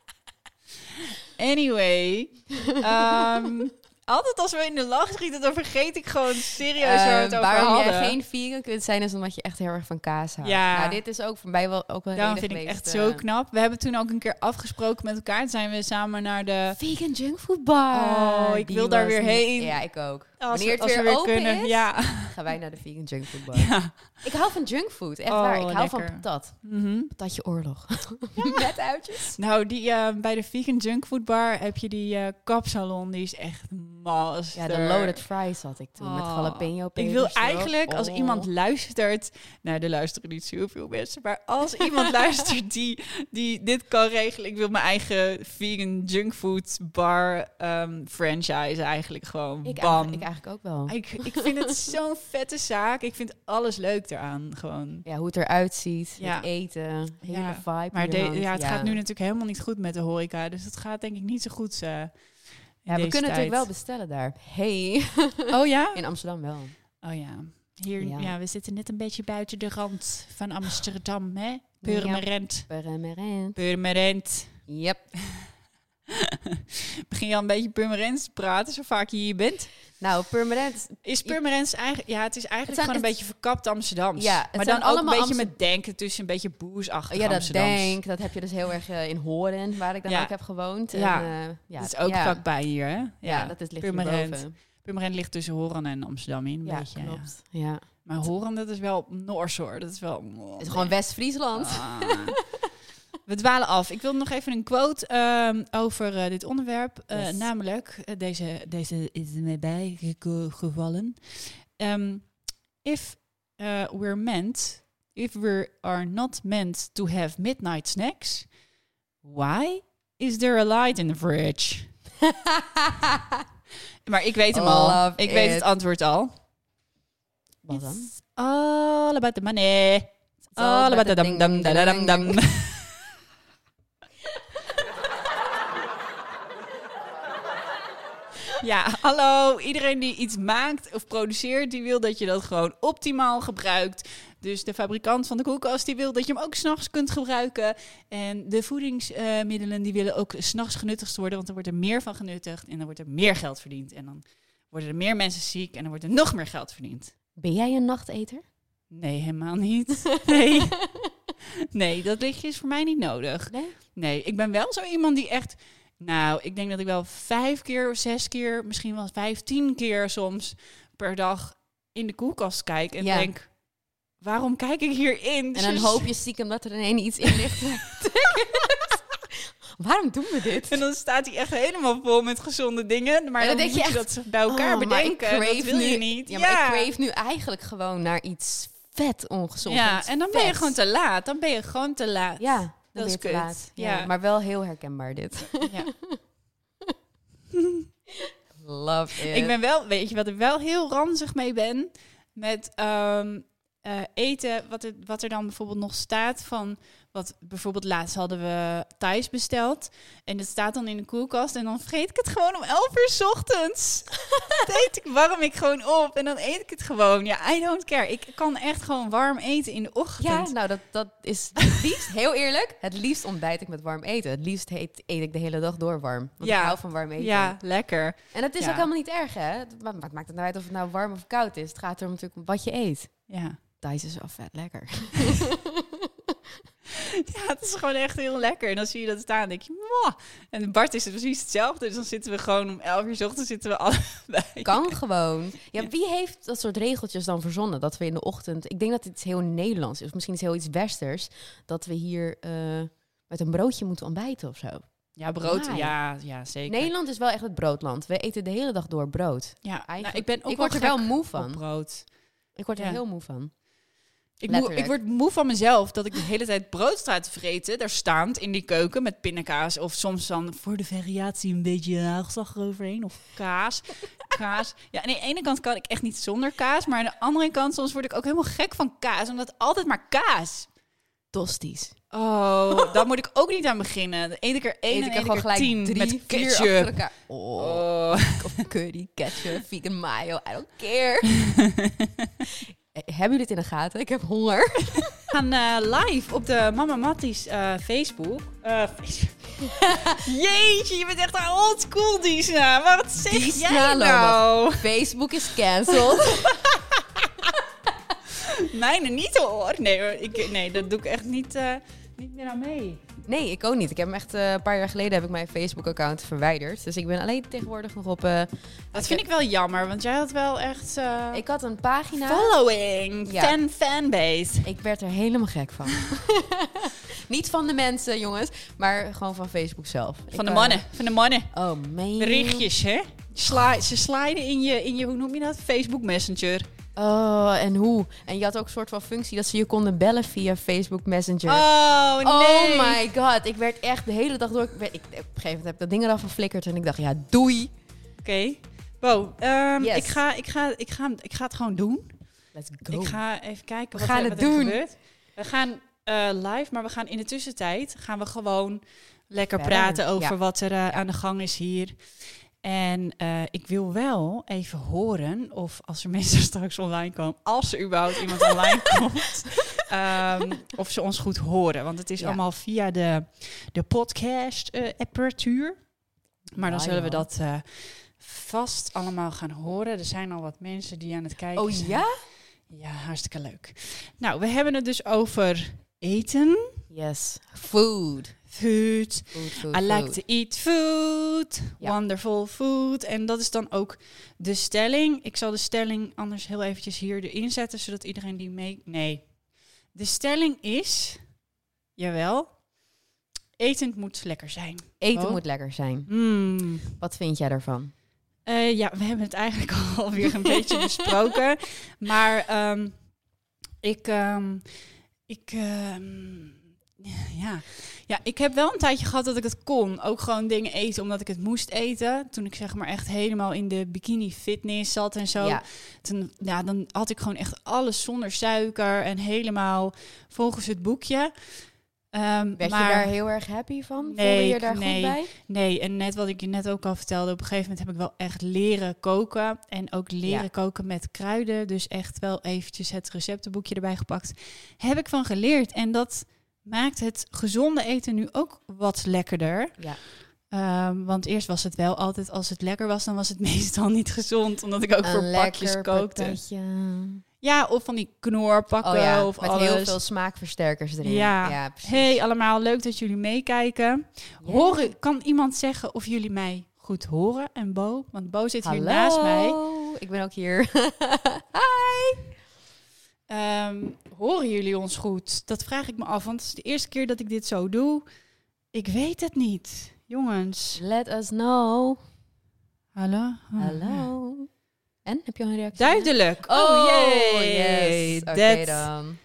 Anyway. Um, altijd als we in de lach schieten, dan vergeet ik gewoon serieus uh, waar we het over waarom hadden. Waarom jij geen vegan kunt zijn, is omdat je echt heel erg van kaas houdt. Ja. Nou, dit is ook voor mij wel ook wel een Daarom reden vind geweest, ik echt uh, zo knap. We hebben toen ook een keer afgesproken met elkaar. Toen zijn we samen naar de... Vegan Junkfood Bar. Oh, ik wil daar weer heen. Ja, ik ook. Als, Wanneer het als weer, we weer open kunnen. is, ja. gaan wij naar de Vegan Junkfood Bar. Ja. Ik hou van junkfood, echt oh, waar. Ik hou lekker. van patat. Mm-hmm. Patatje oorlog. Ja. Met uitjes. Nou, die, uh, bij de Vegan Junkfood Bar heb je die uh, kapsalon. Die is echt master. Ja, de loaded fries had ik toen. Oh. Met jalapeno pepers. Ik wil eigenlijk, oh. als iemand luistert... Nou, er luisteren niet zoveel mensen. Maar als iemand luistert die, die dit kan regelen... Ik wil mijn eigen Vegan Junkfood Bar um, franchise eigenlijk gewoon. Ik, Bam. Eigenlijk, ik eigenlijk ook wel. Ik, ik vind het zo'n vette zaak. Ik vind alles leuk eraan. Gewoon. Ja, hoe het eruit ziet. Ja. Het eten. Hele ja. vibe. Maar de, hand, ja, het ja. gaat nu natuurlijk helemaal niet goed met de horeca. Dus het gaat denk ik niet zo goed. Uh, ja, we kunnen tijd. natuurlijk wel bestellen daar. Hey. Oh ja? In Amsterdam wel. Oh ja. Hier, ja. ja, we zitten net een beetje buiten de rand van Amsterdam, hè? Purmerend. Ja, Purmerend. Purmerend. Yep. Begin je al een beetje Purmerends te praten, zo vaak je hier bent? Nou, Purmerend... Is Purmerends eigenlijk... Ja, het is eigenlijk het zijn, gewoon een het, beetje verkapt Amsterdams. Ja, maar dan ook een beetje Amsterdam... met denken tussen een beetje boersachtig Ja, dat Amsterdams. denk, dat heb je dus heel erg uh, in Horen, waar ik dan ja. ook heb gewoond. Ja, en, uh, ja dat is ook ja. vlakbij hier, hè? Ja, ja dat is ligt Purmerend. Purmerend ligt tussen Horen en Amsterdam in, een ja, beetje. Klopt. Ja, ja. Maar Horen, dat is wel Noors, hoor. Dat is wel... Oh, het is gewoon West-Friesland. Ah. We dwalen af. Ik wil nog even een quote uh, over uh, dit onderwerp. Uh, yes. Namelijk, uh, deze, deze is mij bijgevallen. Um, if uh, we're meant, if we are not meant to have midnight snacks, why is there a light in the fridge? Maar ik weet hem Love al. Ik it. weet het antwoord al. Wat dan? It's all about the money. It's all about the dum dum da dum dum. Ja, hallo. Iedereen die iets maakt of produceert, die wil dat je dat gewoon optimaal gebruikt. Dus de fabrikant van de koelkast, die wil dat je hem ook 's nachts kunt gebruiken. En de voedingsmiddelen, uh, die willen ook 's nachts genuttigd worden, want dan wordt er meer van genuttigd en dan wordt er meer geld verdiend. En dan worden er meer mensen ziek en dan wordt er nog meer geld verdiend. Ben jij een nachteter? Nee, helemaal niet. Nee. Nee, dat lichtje is voor mij niet nodig. Nee? Nee, ik ben wel zo iemand die echt... Nou, ik denk dat ik wel vijf keer, zes keer, misschien wel vijftien keer soms per dag in de koelkast kijk. En ja. denk, waarom kijk ik hierin? En dan hoop je stiekem dat er ineens iets in ligt. Waarom doen we dit? En dan staat hij echt helemaal vol met gezonde dingen. Maar dan, dan denk je, echt, dat ze bij elkaar oh, bedenken. Dat wil nu, je niet. Ja, ja. maar ik crave nu eigenlijk gewoon naar iets vet ongezond. Ja, en dan vet. ben je gewoon te laat. Dan ben je gewoon te laat. Ja. Dat is te laat. Ja. Ja, maar wel heel herkenbaar dit. Ja. Love it. Ik ben wel, weet je wat ik wel heel ranzig mee ben? Met um, uh, eten, wat er, wat er dan bijvoorbeeld nog staat van... Wat bijvoorbeeld laatst hadden we Thais besteld. En het staat dan in de koelkast. En dan vergeet ik het gewoon om elf uur 's ochtends. Dat eet ik, warm ik gewoon op. En dan eet ik het gewoon. Ja, I don't care. Ik kan echt gewoon warm eten in de ochtend. Ja, nou dat, dat is het liefst, heel eerlijk. Het liefst ontbijt ik met warm eten. Het liefst eet, eet ik de hele dag door warm. Want ja. ik hou van warm eten. Ja, lekker. En dat is ja. ook helemaal niet erg, hè? Wat, wat maakt het nou uit of het nou warm of koud is? Het gaat erom natuurlijk om wat je eet. Ja. Thais is wel vet lekker. Ja, het is gewoon echt heel lekker. En dan zie je dat staan en denk je, mwah. En Bart is het precies hetzelfde. Dus dan zitten we gewoon om elf uur 's ochtends zitten we allebei. Kan gewoon. Ja, wie heeft dat soort regeltjes dan verzonnen? Dat we in de ochtend... Ik denk dat het heel Nederlands is. Of misschien is het heel iets Westers. Dat we hier uh, met een broodje moeten ontbijten of zo. Ja, brood. Ja, ja, zeker. Nederland is wel echt het broodland. We eten de hele dag door brood. Ja, nou, ik ben ook ik word er wel moe van. Brood. Ik word er ja. heel moe van. Ik, moe, ik word moe van mezelf dat ik de hele tijd brood sta te vreten. Daar staand in die keuken met pindakaas. Of soms dan voor de variatie een beetje hagelslag eroverheen. Of kaas. Kaas. Ja, aan de ene kant kan ik echt niet zonder kaas. Maar aan de andere kant soms word ik ook helemaal gek van kaas. Omdat altijd maar kaas. Tosties. Oh, daar moet ik ook niet aan beginnen. De ene keer één Eet en ik de ene keer keer tien drie, met ketchup. Oh. oh. Of curry, ketchup, vegan mayo. I don't care. Hebben jullie het in de gaten? Ik heb honger. We gaan uh, live op de Mama Matties uh, Facebook. Uh, Jeetje, je bent echt een old school, Diesna. Wat zeg Diesna jij nou? Facebook is cancelled. Mijne niet hoor. Nee, hoor. Ik, nee, dat doe ik echt niet, uh, niet meer aan mee. Nee, ik ook niet. Ik heb hem echt uh, een paar jaar geleden heb ik mijn Facebook-account verwijderd. Dus ik ben alleen tegenwoordig nog op... Uh, dat vind ik wel jammer, want jij had wel echt... Uh, ik had een pagina... Following, ja. fan, fanbase. Ik werd er helemaal gek van. Niet van de mensen, jongens, maar gewoon van Facebook zelf. Van ik, de uh, mannen, van de mannen. Oh, man. Berichtjes, hè? Sli- ze sliden in je, in je, hoe noem je dat? Facebook Messenger. Oh, en hoe? En je had ook een soort van functie dat ze je konden bellen via Facebook Messenger. Oh, nee. Oh my god. Ik werd echt de hele dag door... Ik werd, ik, op een gegeven moment heb ik dat ding eraf geflikkerd en ik dacht, ja, doei. Oké. Okay. Wow. Um, yes. ik, ga, ik, ga, ik, ga, ik ga het gewoon doen. Let's go. Ik ga even kijken we wat, gaan er, het wat er doen. gebeurt. We gaan uh, live, maar we gaan in de tussentijd gaan we gewoon lekker Verder. praten over ja. wat er uh, aan de gang is hier. En uh, ik wil wel even horen of als er mensen straks online komen, als er überhaupt iemand online komt, um, of ze ons goed horen. Want het is ja. allemaal via de, de podcast-apparatuur. Uh, maar dan ja, zullen we dat uh, vast allemaal gaan horen. Er zijn al wat mensen die aan het kijken oh, zijn. Oh ja? Ja, hartstikke leuk. Nou, we hebben het dus over eten. Yes, food. Food. food, food I like food. to eat food. Ja. Wonderful food. En dat is dan ook de stelling. Ik zal de stelling anders heel eventjes hier erin zetten, zodat iedereen die mee... Nee. De stelling is... Jawel. Eten moet lekker zijn. Eten oh. moet lekker zijn. Mm. Wat vind jij daarvan? Uh, ja, we hebben het eigenlijk alweer een beetje besproken. Maar um, ik... Um, ik... Um, Ja. ja, ik heb wel een tijdje gehad dat ik het kon. Ook gewoon dingen eten omdat ik het moest eten. Toen ik zeg maar echt helemaal in de bikini fitness zat en zo. Ja. Toen, ja, dan had ik gewoon echt alles zonder suiker en helemaal volgens het boekje. Um, Werd maar, je daar heel erg happy van? Nee, Voelde je daar nee, goed bij? Nee, en net wat ik je net ook al vertelde, op een gegeven moment heb ik wel echt leren koken. En ook leren ja. koken met kruiden. Dus echt wel eventjes het receptenboekje erbij gepakt. Heb ik van geleerd. En dat maakt het gezonde eten nu ook wat lekkerder. Ja. Um, want eerst was het wel altijd, als het lekker was, dan was het meestal niet gezond. Omdat ik ook een voor pakjes kookte. Patatje. Ja, of van die knorpakken oh ja, of met alles. heel veel smaakversterkers erin. Ja, ja precies. Hey allemaal, leuk dat jullie meekijken. Yeah. Horen, kan iemand zeggen of jullie mij goed horen? En Bo, want Bo zit Hallo, hier naast mij. Ik ben ook hier. Hi! Um, horen jullie ons goed? Dat vraag ik me af, want het is de eerste keer dat ik dit zo doe. Ik weet het niet. Jongens. Let us know. Hallo? Oh, Hallo. Ja. En, heb je al een reactie? Duidelijk. Oh, oh yay. Yes. Oké okay, dan.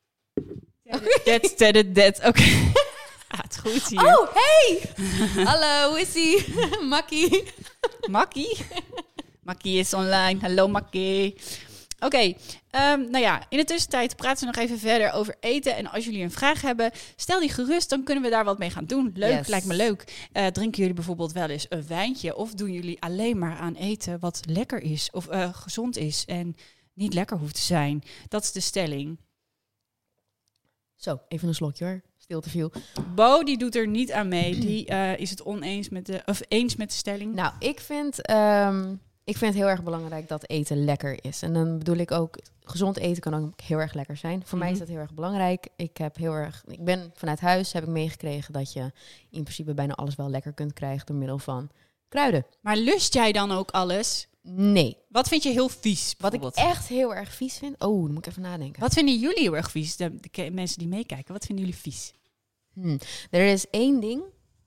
That's that it that. Oké. Okay. Gaat goed hier. Oh, hey! Hallo, hoe is ie? Makkie. Makkie? Makkie is online. Hallo Makkie. Oké, okay, um, nou ja, in de tussentijd praten we nog even verder over eten. En als jullie een vraag hebben, stel die gerust, dan kunnen we daar wat mee gaan doen. Leuk, yes. Lijkt me leuk. Uh, drinken jullie bijvoorbeeld wel eens een wijntje? Of doen jullie alleen maar aan eten wat lekker is of uh, gezond is en niet lekker hoeft te zijn? Dat is de stelling. Zo, even een slokje hoor. Stilte viel. Bo, die doet er niet aan mee. Die uh, is het oneens met de, of eens met de stelling. Nou, ik vind... Um... Ik vind het heel erg belangrijk dat eten lekker is. En dan bedoel ik ook, gezond eten kan ook heel erg lekker zijn. Voor mm-hmm. mij is dat heel erg belangrijk. Ik heb heel erg, ik ben vanuit huis, heb ik meegekregen dat je in principe bijna alles wel lekker kunt krijgen door middel van kruiden. Maar lust jij dan ook alles? Nee. Wat vind je heel vies? Wat ik echt heel erg vies vind? Oh, dan moet ik even nadenken. Wat vinden jullie heel erg vies? De, de mensen die meekijken, wat vinden jullie vies? Hmm. Er is één ding.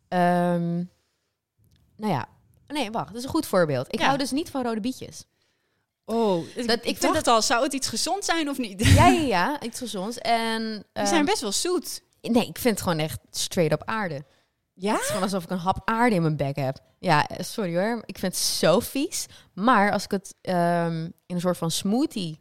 Um, nou ja. Nee, wacht. Dat is een goed voorbeeld. Ik ja. hou dus niet van rode bietjes. Oh, dat, ik, ik vind het al. Zou het iets gezond zijn of niet? Ja, ja, ja. Iets gezonds. En, um, die zijn best wel zoet. Nee, ik vind het gewoon echt straight up aarde. Ja? Het is gewoon alsof ik een hap aarde in mijn bek heb. Ja, sorry hoor. Ik vind het zo vies. Maar als ik het um, in een soort van smoothie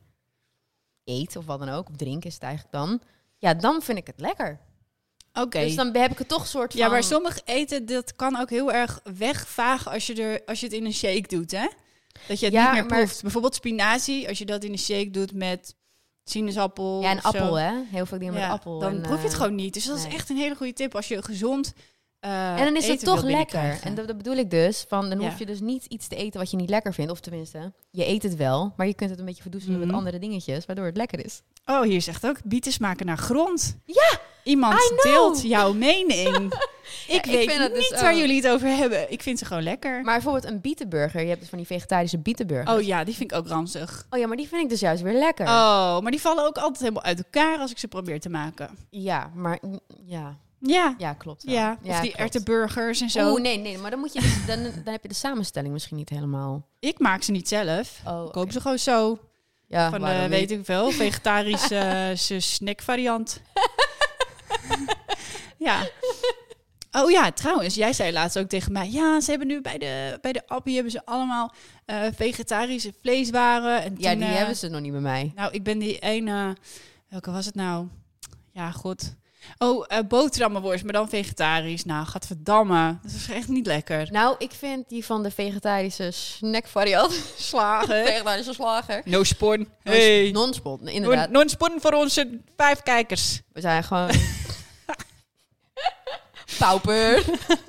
eet, of wat dan ook, of drink is het eigenlijk dan. Ja, dan vind ik het lekker. Oké. Okay. Dus dan heb ik het toch soort van... Ja, maar sommige eten, dat kan ook heel erg wegvagen als je, er, als je het in een shake doet, hè? Dat je het ja, niet meer proeft. Maar... Bijvoorbeeld spinazie, als je dat in een shake doet met sinaasappel. Ja, en appel, zo. hè? Heel veel dingen ja, met appel. Dan en, proef je het uh, gewoon niet. Dus dat nee. is echt een hele goede tip. Als je gezond uh, en dan is het toch lekker. En dat, dat bedoel ik dus. Van, dan ja. hoef je dus niet iets te eten wat je niet lekker vindt. Of tenminste, je eet het wel, maar je kunt het een beetje verdoezelen mm-hmm. met andere dingetjes, waardoor het lekker is. Oh, hier zegt ook, bieten smaken naar grond. Ja! Iemand deelt jouw mening. ik ja, weet ik niet dus waar ook. jullie het over hebben. Ik vind ze gewoon lekker. Maar bijvoorbeeld een bietenburger. Je hebt dus van die vegetarische bietenburgers. Oh ja, die vind ik ook ranzig. Oh ja, maar die vind ik dus juist weer lekker. Oh, maar die vallen ook altijd helemaal uit elkaar als ik ze probeer te maken. Ja, maar ja. Ja, ja klopt wel. Ja, of ja, die erwtenburgers en zo. Oeh, nee, nee, maar dan, moet je dus, dan, dan heb je de samenstelling misschien niet helemaal. Ik maak ze niet zelf. Oh, ik koop okay. ze gewoon zo. Ja, van de, weet ik veel, vegetarische uh, snackvariant. Ja. Oh ja, trouwens, jij zei laatst ook tegen mij... Ja, ze hebben nu bij de, bij de Appie hebben ze allemaal uh, vegetarische vleeswaren. En ja, toen, die uh, hebben ze nog niet bij mij. Nou, ik ben die ene... Welke was het nou? Ja, goed. Oh, uh, boterhammenworst, maar dan vegetarisch. Nou, gadverdamme. Dat is echt niet lekker. Nou, ik vind die van de vegetarische snackvariant. Slager. Vegetarische slager. No spon. Hey. Non-spon, inderdaad. Non spon voor onze vijf kijkers. We zijn gewoon... Pauper.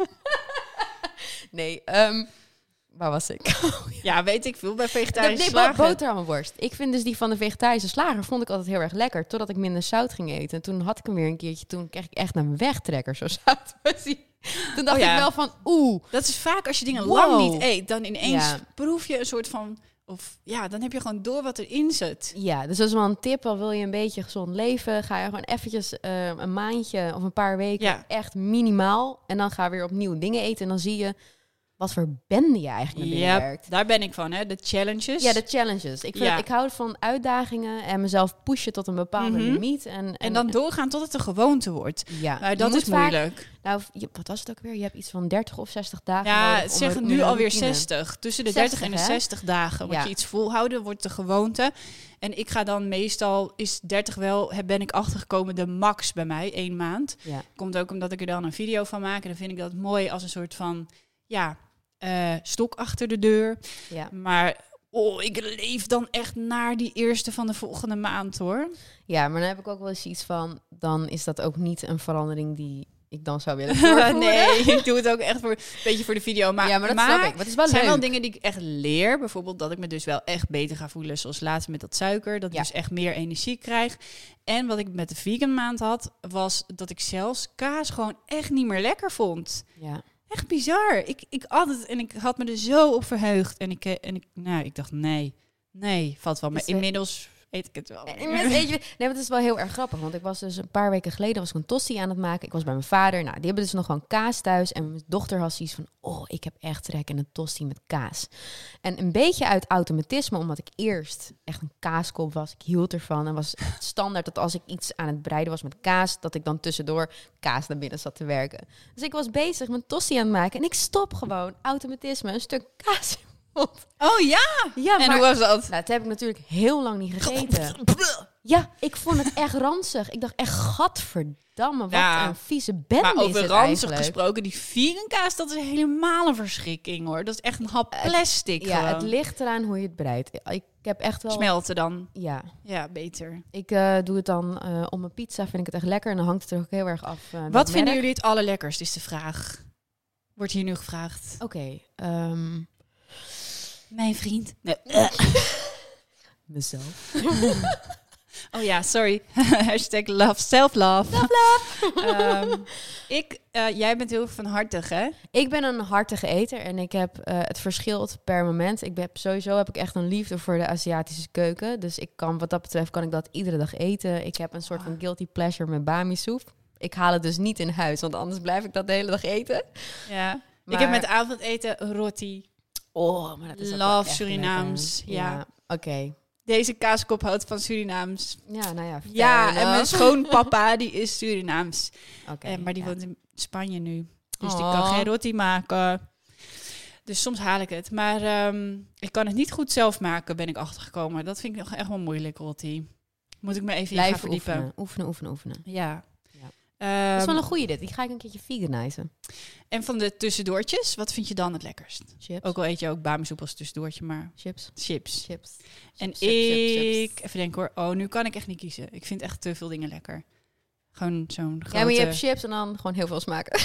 Nee, um, waar was ik? Ja, weet ik veel bij vegetarische nee, slager. Bo- boterhammenworst. Ik vind dus die van de vegetarische slager vond ik altijd heel erg lekker. Totdat ik minder zout ging eten. En toen had ik hem weer een keertje. Toen kreeg ik echt een wegtrekker. Zo zout was hij. Toen dacht oh, ja. ik wel van oeh. Dat is vaak als je dingen wow. lang niet eet. Dan ineens Ja. proef je een soort van... Of ja, dan heb je gewoon door wat erin zit. Ja, dus dat is wel een tip. Al wil je een beetje gezond leven, ga je gewoon eventjes uh, een maandje of een paar weken Ja. echt minimaal. En dan ga je weer opnieuw dingen eten. En dan zie je wat voor bende je eigenlijk naar binnen Ja, werkt. daar ben ik van, hè. De challenges. Ja, de challenges. Ik, vind Ja. het, ik hou van uitdagingen en mezelf pushen tot een bepaalde Mhm. limiet. En, en, En dan doorgaan tot het een gewoonte wordt. ja, Maar je dat moet is vaak- moeilijk. Nou, je- wat was het ook weer? Je hebt iets van dertig of zestig dagen Ja, nodig het om zeggen een- nu een alweer routine. zestig. Tussen de zestig, dertig en de hè? zestig dagen. Moet Ja. je iets volhouden, wordt de gewoonte. En ik ga dan meestal, is dertig wel, heb- ben ik achtergekomen, de max bij mij, één maand. Ja. Komt ook omdat ik er dan een video van maak. En dan vind ik dat mooi als een soort van, ja, eh, stok achter de deur. Ja. Maar, oh, ik leef dan echt naar die eerste van de volgende maand, hoor. ja, maar dan heb ik ook wel eens iets van... dan is dat ook niet een verandering die ik dan zou willen doorvoeren. Nee, ik doe het ook echt voor een beetje voor de video. Maar, ja, maar dat maar snap ik. Maar het is wel het zijn leuk. wel dingen die ik echt leer. Bijvoorbeeld dat ik me dus wel echt beter ga voelen. Zoals laatst met dat suiker. Dat ik Ja. dus echt meer energie krijg. En wat ik met de vegan maand had, was dat ik zelfs kaas gewoon echt niet meer lekker vond. Ja. Echt bizar. Ik, ik had het en ik had me er zo op verheugd. En ik, eh, en ik, nou, ik dacht, nee, nee, valt wel. Maar Dus, eh, inmiddels eet ik het wel. En mensen, weet je, nee, maar het is wel heel erg grappig. Want ik was dus een paar weken geleden was ik een tosti aan het maken. Ik was bij mijn vader. Nou, die hebben dus nog gewoon kaas thuis. En mijn dochter had zoiets van, oh, ik heb echt trek in een tosti met kaas. En een beetje uit automatisme, omdat ik eerst echt een kaaskop was. Ik hield ervan. En was echt standaard dat als ik iets aan het bereiden was met kaas, dat ik dan tussendoor kaas naar binnen zat te werken. Dus ik was bezig met tosti aan het maken. En ik stop gewoon, automatisme, een stuk kaas. Oh ja? Ja, En maar hoe was dat? nou, dat heb ik natuurlijk heel lang niet gegeten. Ja, ik vond het echt ranzig. Ik dacht echt, gadverdamme, wat Ja. een vieze bende Maar is over het ranzig eigenlijk. gesproken, die vegan kaas, dat is helemaal een verschrikking, hoor. Dat is echt een hap plastic Ja, gewoon. het ligt eraan hoe je het bereidt. Ik heb echt wel... Smelten dan. Ja, Ja, beter. ik uh, doe het dan uh, op mijn pizza, vind ik het echt lekker. En dan hangt het er ook heel erg af. Uh, Wat vinden jullie het allerlekkerst, is de vraag. Wordt hier nu gevraagd. Oké. Okay, um... Mijn vriend. Nee. Mezelf. Oh ja, sorry. Hashtag love, self-love. Self-love. um, ik, uh, jij bent heel van hartig, hè? Ik ben een hartige eter en ik heb uh, het verschilt per moment. Ik heb sowieso heb ik echt een liefde voor de Aziatische keuken. Dus ik kan, wat dat betreft, kan ik dat iedere dag eten. Ik heb een soort van guilty pleasure met bami soep. Ik haal het dus niet in huis, want anders blijf ik dat de hele dag eten. Ja. Maar... Ik heb met avondeten roti. Oh, maar dat is love Surinaams. Ja. ja. Oké. Okay. Deze kaaskop houdt van Surinaams. Ja, nou ja. Ja, en mijn schoonpapa, die is Surinaams. Okay, uh, maar die ja. woont in Spanje nu. Dus oh. die kan geen roti maken. Dus soms haal ik het. Maar um, ik kan het niet goed zelf maken, ben ik achtergekomen. Dat vind ik nog echt wel moeilijk, roti. Moet ik me even in gaan verdiepen. Oefenen, oefenen, oefenen. oefenen. Ja. Um, dat is wel een goeie dit. Die ga ik een keertje veganizen. En van de tussendoortjes, wat vind je dan het lekkerst? Chips. Ook al eet je ook bamisoep als tussendoortje, maar... Chips. Chips. Chips. En chips, ik... chips, chips. Even denken hoor. Oh, nu kan ik echt niet kiezen. Ik vind echt te veel dingen lekker. Gewoon zo'n grote... Ja, maar je hebt chips en dan gewoon heel veel smaken.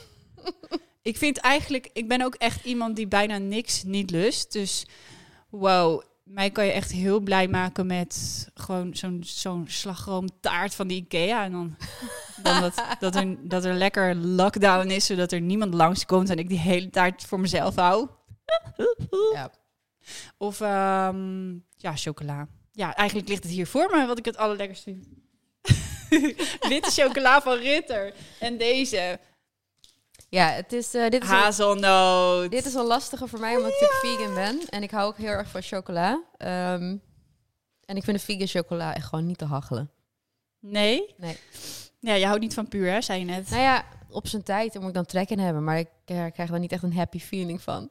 Ik vind eigenlijk... Ik ben ook echt iemand die bijna niks niet lust. Dus wow... Mij kan je echt heel blij maken met gewoon zo'n zo'n slagroomtaart van de Ikea. En dan, dan dat, dat, er, dat er lekker lockdown is, zodat er niemand langskomt en ik die hele taart voor mezelf hou. Ja. Of um, ja, chocola. Ja, eigenlijk ligt het hier voor me wat ik het allerlekkerst vind. Witte chocola van Ritter. En deze... Ja, het is, uh, dit is hazelnoot. Een, dit is een lastige voor mij, omdat ja. ik vegan ben. En ik hou ook heel erg van chocola. Um, en ik vind de vegan chocola echt gewoon niet te hachelen. Nee? Nee. Ja, je houdt niet van puur, hè, zei je net. Nou ja, op zijn tijd, daar moet ik dan trek in hebben. Maar ik uh, krijg daar niet echt een happy feeling van.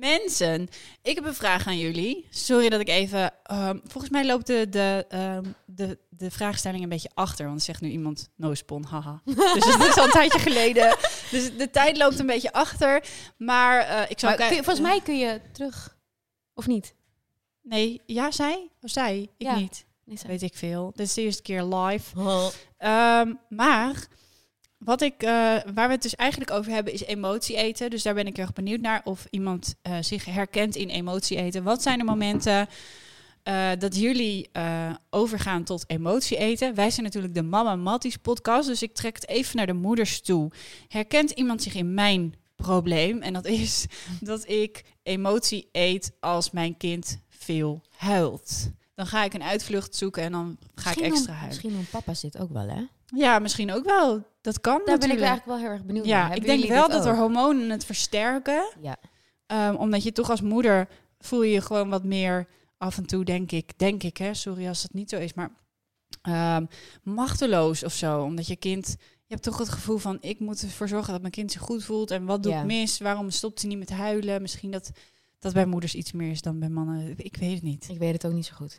Mensen, ik heb een vraag aan jullie. Sorry dat ik even... Um, volgens mij loopt de, de, um, de, de vraagstelling een beetje achter. Want zegt nu iemand no spon, haha. Dus het is al een tijdje geleden. Dus de tijd loopt een beetje achter. Maar uh, ik zou... Maar kun je, volgens mij kun je terug, of niet? Nee, ja, zij? Of zij? Ik ja. niet. Nee, zij. Weet ik veel. Dit is de eerste keer live. Oh. Um, maar wat ik, uh, waar we het dus eigenlijk over hebben is emotie eten. Dus daar ben ik erg benieuwd naar of iemand uh, zich herkent in emotie eten. Wat zijn de momenten uh, dat jullie uh, overgaan tot emotie eten? Wij zijn natuurlijk de Mama Matties podcast, dus ik trek het even naar de moeders toe. Herkent iemand zich in mijn probleem? En dat is dat ik emotie eet als mijn kind veel huilt. Dan ga ik een uitvlucht zoeken en dan ga misschien ik extra om, huilen. Misschien om papa zit ook wel, hè? Ja, misschien ook wel. Dat kan Daar natuurlijk. ben ik eigenlijk wel heel erg benieuwd ja, naar. ik Hebben denk jullie wel dit dat er ook? hormonen het versterken. Ja. Um, omdat je toch als moeder voel je je gewoon wat meer af en toe, denk ik, denk ik, hè, sorry als het niet zo is, maar um, machteloos of zo. Omdat je kind, je hebt toch het gevoel van, ik moet ervoor zorgen dat mijn kind zich goed voelt. En wat doe Ja. ik mis? Waarom stopt hij niet met huilen? Misschien dat dat bij moeders iets meer is dan bij mannen. Ik weet het niet. Ik weet het ook niet zo goed.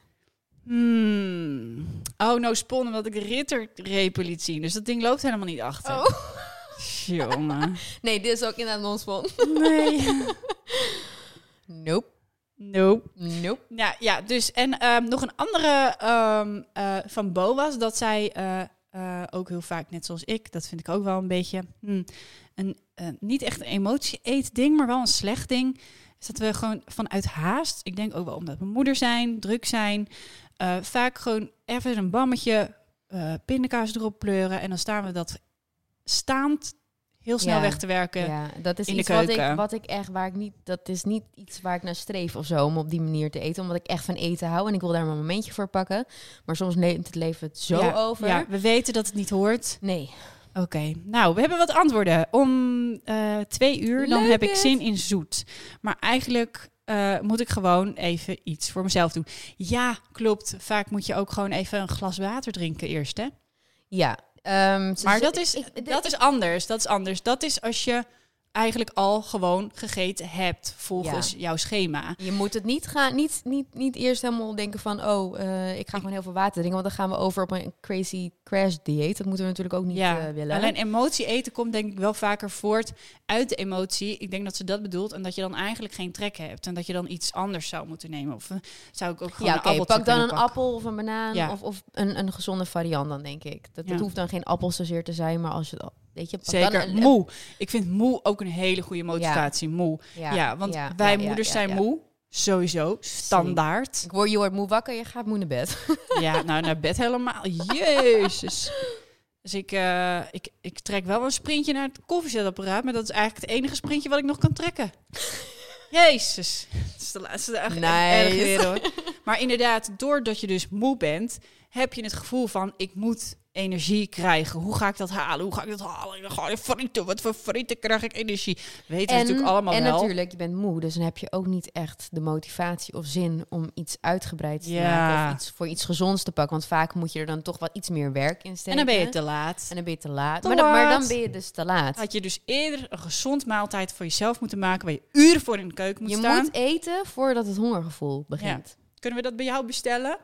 Hmm. Oh, nou spon, omdat ik ritterrepen liet zien. Dus dat ding loopt helemaal niet achter. Oh. Jongen. Nee, dit is ook inderdaad non-spon. Nee. Nope. Nope. Nope. Ja, ja, dus en um, nog een andere um, uh, van Bo was dat zij uh, uh, ook heel vaak, net zoals ik, dat vind ik ook wel een beetje hmm, een uh, niet echt een emotie-eet-ding, maar wel een slecht ding. Is dat we gewoon vanuit haast, ik denk ook wel omdat we moeder zijn, druk zijn, uh, vaak gewoon even een bammetje, uh, pindakaas erop pleuren en dan staan we dat staand heel snel Ja. weg te werken. Ja, dat is in de iets wat keuken. ik, wat ik echt, waar ik niet, dat is niet iets waar ik naar streef of zo, om op die manier te eten, omdat ik echt van eten hou en ik wil daar mijn momentje voor pakken. Maar soms neemt het leven het zo Ja, over. Ja, we weten dat het niet hoort. Nee. Oké, okay. Nou, we hebben wat antwoorden. Om uh, twee uur, dan Leuk heb ik het. zin in zoet. Maar eigenlijk uh, moet ik gewoon even iets voor mezelf doen. Ja, klopt. Vaak moet je ook gewoon even een glas water drinken eerst, hè? Ja. Um, maar dat is, ik, ik, dat is anders. Dat is anders. Dat is als je eigenlijk al gewoon gegeten hebt volgens Ja. jouw schema. Je moet het niet gaan, niet, niet, niet eerst helemaal denken van, oh, uh, ik ga gewoon heel veel water drinken, want dan gaan we over op een crazy crash dieet. Dat moeten we natuurlijk ook niet ja, uh, willen. Alleen emotie eten komt denk ik wel vaker voort uit de emotie. Ik denk dat ze dat bedoelt en dat je dan eigenlijk geen trek hebt en dat je dan iets anders zou moeten nemen. Of uh, zou ik ook gewoon ja, een okay, appeltje pak dan een pakken. appel of een banaan Ja. of, of een, een gezonde variant dan, denk ik. Dat, dat Ja. hoeft dan geen appel zozeer te zijn, maar als je het, weet je, pak Zeker, dan een, moe. Ik vind moe ook een hele goede motivatie, ja. moe. Ja, ja want ja, wij ja, moeders ja, zijn ja. moe, sowieso, standaard. Ik word, je wordt moe wakker, je gaat moe naar bed. Ja, nou naar bed helemaal. Jezus. Dus ik, uh, ik, ik trek wel een sprintje naar het koffiezetapparaat, maar dat is eigenlijk het enige sprintje wat ik nog kan trekken. Jezus. Dat is de laatste dagen nice. erg weer hoor. Maar inderdaad, doordat je dus moe bent, heb je het gevoel van, ik moet energie krijgen. Hoe ga ik dat halen? Hoe ga ik dat halen? Dan ga je frieten. Wat voor frieten krijg ik energie? Weten we en, natuurlijk allemaal en wel. En natuurlijk, je bent moe, dus dan heb je ook niet echt de motivatie of zin om iets uitgebreids te ja. maken of iets, voor iets gezonds te pakken. Want vaak moet je er dan toch wat iets meer werk in steken. En dan ben je te laat. En dan ben je te laat. Te maar, dan, maar laat. dan ben je dus te laat. Had je dus eerder een gezond maaltijd voor jezelf moeten maken, waar je uren voor in de keuken moet je staan. Je moet eten voordat het hongergevoel begint. Ja. Kunnen we dat bij jou bestellen?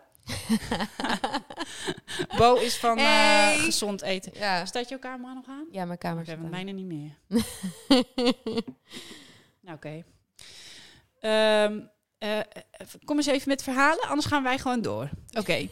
Bo is van hey. uh, gezond eten. Ja. Staat jouw camera nog aan? Ja, mijn camera staat staat aan. Mijne niet meer. Nou, oké. Okay. Um, uh, kom eens even met verhalen, anders gaan wij gewoon door. Oké. Okay.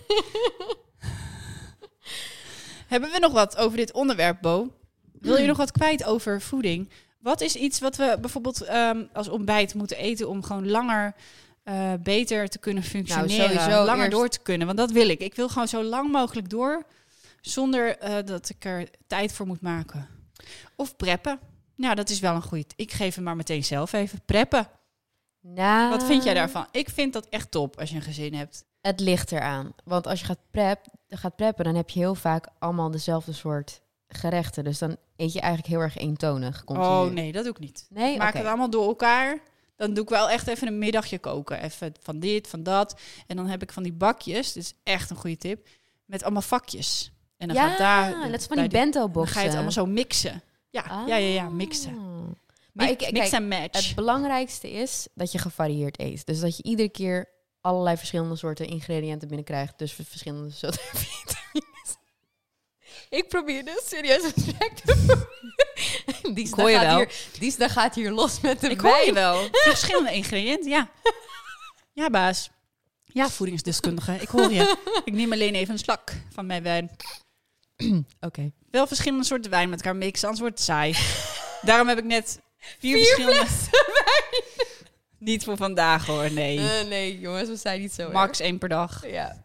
Hebben we nog wat over dit onderwerp, Bo? Wil je nog wat kwijt over voeding? Wat is iets wat we bijvoorbeeld um, als ontbijt moeten eten om gewoon langer... Uh, beter te kunnen functioneren, nou, sowieso langer eerst... door te kunnen. Want dat wil ik. Ik wil gewoon zo lang mogelijk door, zonder uh, dat ik er tijd voor moet maken. Of preppen. Nou, dat is wel een goeie. Ik geef hem maar meteen zelf even. Preppen. Nou, Wat vind jij daarvan? Ik vind dat echt top als je een gezin hebt. Het ligt eraan. Want als je gaat, prep, gaat preppen, dan heb je heel vaak allemaal dezelfde soort gerechten. Dus dan eet je eigenlijk heel erg eentonig. Continu. Oh nee, dat doe ik niet. Nee? Ik maak okay. het allemaal door elkaar. Dan doe ik wel echt even een middagje koken. Even van dit, van dat. En dan heb ik van die bakjes, dit is echt een goede tip, met allemaal vakjes. En dan ja, gaat daar, net van die bento-boxen. Dan ga je het allemaal zo mixen. Ja, ah. ja, ja, ja, mixen. Maar mix, ik, mix kijk, en match. Het belangrijkste is dat je gevarieerd eet. Dus dat je iedere keer allerlei verschillende soorten ingrediënten binnenkrijgt. Dus verschillende soorten vitamines. Ik probeer dus serieus een track te doen. Die hoor je gaat wel. hier, die gaat hier los met de Ik wijn. hoor je wel. Verschillende ingrediënten, ja. Ja, baas. Ja, voedingsdeskundige. Ik hoor je. Ik neem alleen even een slak van mijn wijn. Oké. Okay. Wel verschillende soorten wijn met elkaar mixen, anders wordt het saai. Daarom heb ik net vier, Vier verschillende... flessen wijn. Niet voor vandaag hoor, nee. Uh, nee, jongens, we zijn niet zo Max erg. één per dag. Ja.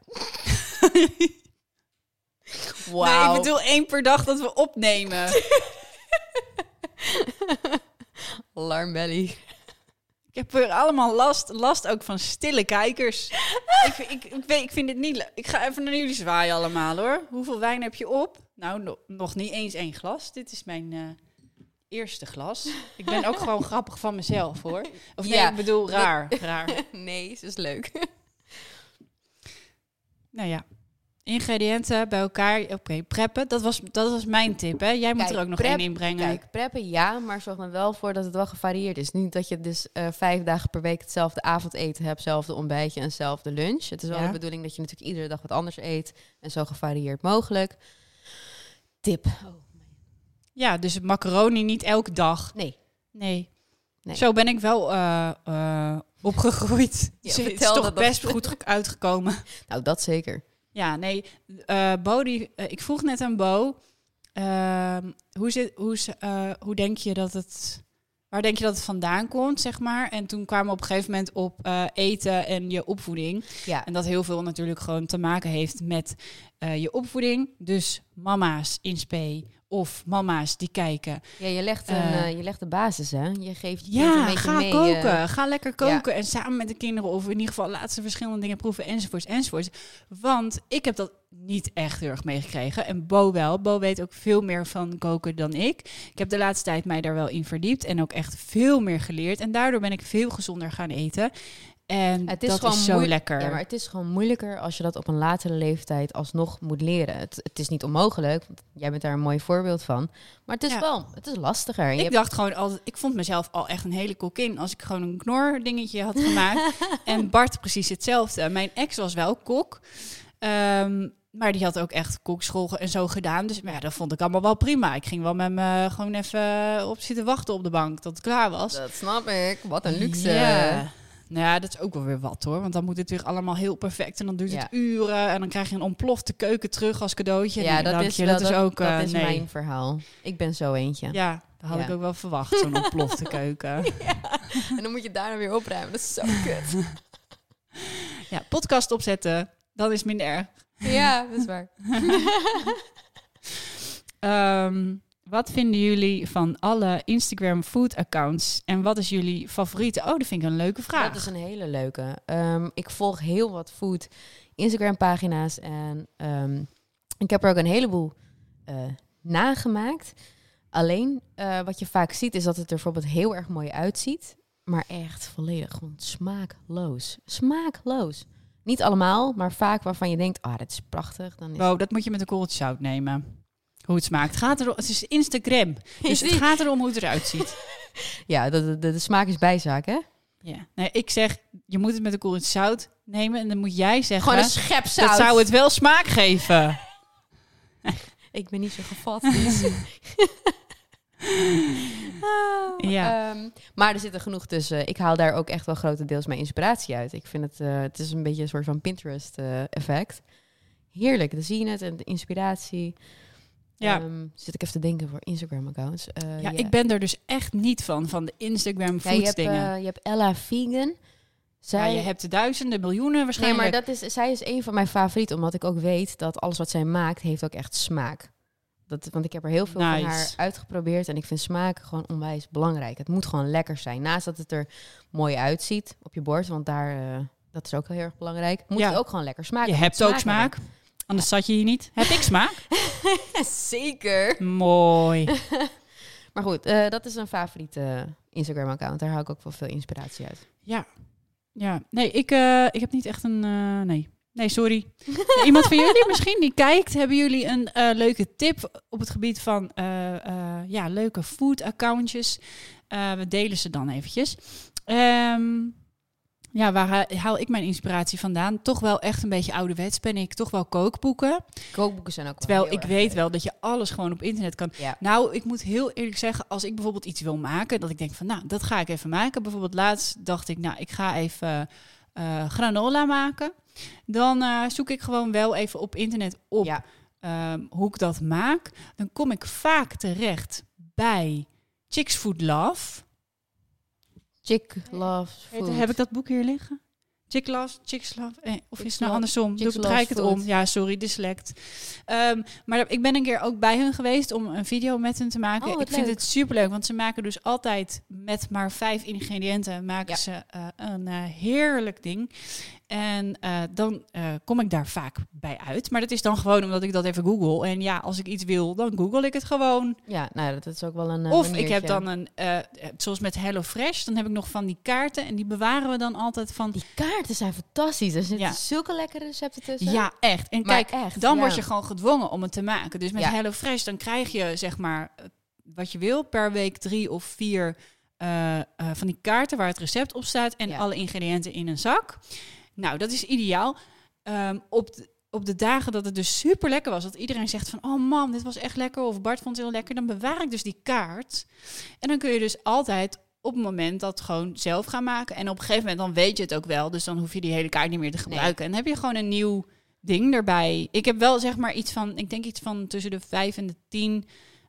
Wauw. Nee, ik bedoel één per dag dat we opnemen. Alarmbelly. Ik heb er allemaal last, last ook van stille kijkers. ik, ik, ik, weet, ik vind het niet leuk. Ik ga even naar jullie zwaaien allemaal hoor. Hoeveel wijn heb je op? Nou, no, nog niet eens één glas. Dit is mijn uh, eerste glas. Ik ben ook gewoon grappig van mezelf hoor. Of nee, ja. ik bedoel raar. raar. Nee, ze is leuk. Nou ja. Ingrediënten bij elkaar. Oké, okay, preppen. Dat was, dat was mijn tip, hè? Jij moet kijk, er ook nog prep, één inbrengen. Kijk, preppen ja, maar zorg er wel voor dat het wel gevarieerd is. Niet dat je dus uh, vijf dagen per week hetzelfde avondeten hebt, hetzelfde ontbijtje en hetzelfde lunch. Het is wel ja. de bedoeling dat je natuurlijk iedere dag wat anders eet en zo gevarieerd mogelijk. Tip. Oh, ja, dus macaroni niet elke dag. Nee. Nee. nee. Zo ben ik wel uh, uh, opgegroeid. Ja, dus het is toch best goed uitgekomen. Nou, dat zeker. Ja, nee, uh, Bo, die, uh, ik vroeg net aan Bo, uh, hoe, zit, hoe, uh, hoe denk je dat het, waar denk je dat het vandaan komt, zeg maar? En toen kwamen we op een gegeven moment op uh, eten en je opvoeding. Ja. En dat heel veel natuurlijk gewoon te maken heeft met uh, je opvoeding. Dus mama's in spe of mama's die kijken. Ja, je legt, een, uh, uh, je legt de basis, hè? Je geeft je ja, een beetje ga mee. koken. Uh, ga lekker koken. Ja. En samen met de kinderen of in ieder geval laat ze verschillende dingen proeven enzovoorts enzovoorts. Want ik heb dat niet echt heel erg meegekregen. En Bo wel. Bo weet ook veel meer van koken dan ik. Ik heb de laatste tijd mij daar wel in verdiept en ook echt veel meer geleerd. En daardoor ben ik veel gezonder gaan eten. En het is dat gewoon is zo moe- lekker. Ja, maar het is gewoon moeilijker als je dat op een latere leeftijd alsnog moet leren. Het, het is niet onmogelijk, want jij bent daar een mooi voorbeeld van. Maar het is ja. wel, het is lastiger. Ik je hebt... dacht gewoon altijd, ik vond mezelf al echt een hele kokin als ik gewoon een knor dingetje had gemaakt. En Bart precies hetzelfde. Mijn ex was wel kok. Um, Maar die had ook echt kokschool en zo gedaan. Dus maar ja, dat vond ik allemaal wel prima. Ik ging wel met me gewoon even op zitten wachten op de bank tot het klaar was. Dat snap ik. Wat een luxe. Ja. Nou ja, dat is ook wel weer wat hoor. Want dan moet het weer allemaal heel perfect. En dan duurt het ja. uren. En dan krijg je een ontplofte keuken terug als cadeautje. Ja, nee, dat, is, je. wel, dat dat is ook dat uh, is nee. mijn verhaal. Ik ben zo eentje. Ja, dat had ja. ik ook wel verwacht. Zo'n ontplofte keuken. Ja. En dan moet je daarna weer opruimen. Dat is zo kut. Ja, podcast opzetten. Dan is het minder erg. Ja, dat is waar. um, wat vinden jullie van alle Instagram food accounts? En wat is jullie favoriete? Oh, dat vind ik een leuke vraag. Dat is een hele leuke. Um, ik volg heel wat food Instagram pagina's. En um, ik heb er ook een heleboel uh, nagemaakt. Alleen, uh, wat je vaak ziet, is dat het er bijvoorbeeld heel erg mooi uitziet. Maar echt volledig gewoon smaakloos. Smaakloos. Niet allemaal, maar vaak waarvan je denkt, ah, oh, dat is prachtig. Dan is wow, dat moet je met een korreltje zout nemen. Hoe het smaakt. Gaat er, het is Instagram. Dus het gaat erom hoe het eruit ziet. Ja, de, de, de, de smaak is bijzaak, hè? Ja. Nee, ik zeg, je moet het met een korreltje zout nemen. En dan moet jij zeggen... Gewoon een schep zout. Dat zou het wel smaak geven. Ik ben niet zo gevat. Dus. Oh, ja. Um, maar er zit er genoeg tussen. Ik haal daar ook echt wel grotendeels mijn inspiratie uit. Ik vind het, uh, het is een beetje een soort van Pinterest-effect. Uh, Heerlijk, dan zie je het en de inspiratie. Ja. Um, zit ik even te denken voor Instagram-accounts. Uh, ja, yeah. ik ben er dus echt niet van, van de Instagram food ja, je dingen. Hebt, uh, je hebt Ella Vegan. Zij... Ja, je hebt duizenden, miljoenen waarschijnlijk. Nee, maar dat is, zij is een van mijn favorieten, omdat ik ook weet dat alles wat zij maakt, heeft ook echt smaak. Dat, want ik heb er heel veel nice. van haar uitgeprobeerd en ik vind smaak gewoon onwijs belangrijk. Het moet gewoon lekker zijn. Naast dat het er mooi uitziet op je bord, want daar, uh, dat is ook heel erg belangrijk, moet ja. het ook gewoon lekker smaken. Je hebt smaak ook smaak, hebben. Anders ja. zat je hier niet. Heb ik smaak? Zeker. Mooi. Maar goed, uh, dat is een favoriete Instagram-account. Daar haal ik ook wel veel inspiratie uit. Ja, ja. Nee, ik, uh, ik heb niet echt een... Uh, nee. Nee, sorry. Iemand van jullie misschien die kijkt, hebben jullie een uh, leuke tip op het gebied van uh, uh, ja, leuke food accountjes? Uh, we delen ze dan eventjes. Um, Ja, waar ha- haal ik mijn inspiratie vandaan? Toch wel echt een beetje ouderwets ben ik. Toch wel kookboeken. Kookboeken zijn ook wel Terwijl heel ik erg weet leuk. wel dat je alles gewoon op internet kan. Ja. Nou, ik moet heel eerlijk zeggen, als ik bijvoorbeeld iets wil maken, dat ik denk van, nou, dat ga ik even maken. Bijvoorbeeld laatst dacht ik, nou, ik ga even uh, granola maken. Dan uh, zoek ik gewoon wel even op internet op Ja. um, hoe ik dat maak. Dan kom ik vaak terecht bij Chicks Food Love. Chick Love Food. Heet, heb ik dat boek hier liggen? Chick Love, Chicks Love, eh, of Chicks is het nou Love, andersom? Chicks Doe, draai ik het Love om. Food. Ja, sorry, dyslect. Um, maar ik ben een keer ook bij hun geweest om een video met hun te maken. Oh, ik wat vind leuk. het superleuk, want ze maken dus altijd met maar vijf ingrediënten maken Ja. ze uh, een uh, heerlijk ding. En uh, dan uh, kom ik daar vaak bij uit. Maar dat is dan gewoon omdat ik dat even google. En ja, als ik iets wil, dan google ik het gewoon. Ja, nou, dat is ook wel een uh, Of maniertje. ik heb dan een, uh, zoals met HelloFresh, dan heb ik nog van die kaarten. En die bewaren we dan altijd van... Die kaarten zijn fantastisch. Er zitten Ja. zulke lekkere recepten tussen. Ja, echt. En Maar kijk, echt, dan ja. word je gewoon gedwongen om het te maken. Dus met Ja. HelloFresh, dan krijg je zeg maar uh, wat je wil. Per week drie of vier uh, uh, van die kaarten waar het recept op staat. En Ja. alle ingrediënten in een zak. Nou, dat is ideaal. Um, op, de, op de dagen dat het dus super lekker was, dat iedereen zegt van, oh man, dit was echt lekker. Of Bart vond het heel lekker. Dan bewaar ik dus die kaart. En dan kun je dus altijd op het moment dat gewoon zelf gaan maken. En op een gegeven moment dan weet je het ook wel. Dus dan hoef je die hele kaart niet meer te gebruiken. Nee. En dan heb je gewoon een nieuw ding erbij. Ik heb wel zeg maar iets van, ik denk iets van tussen de vijf en de tien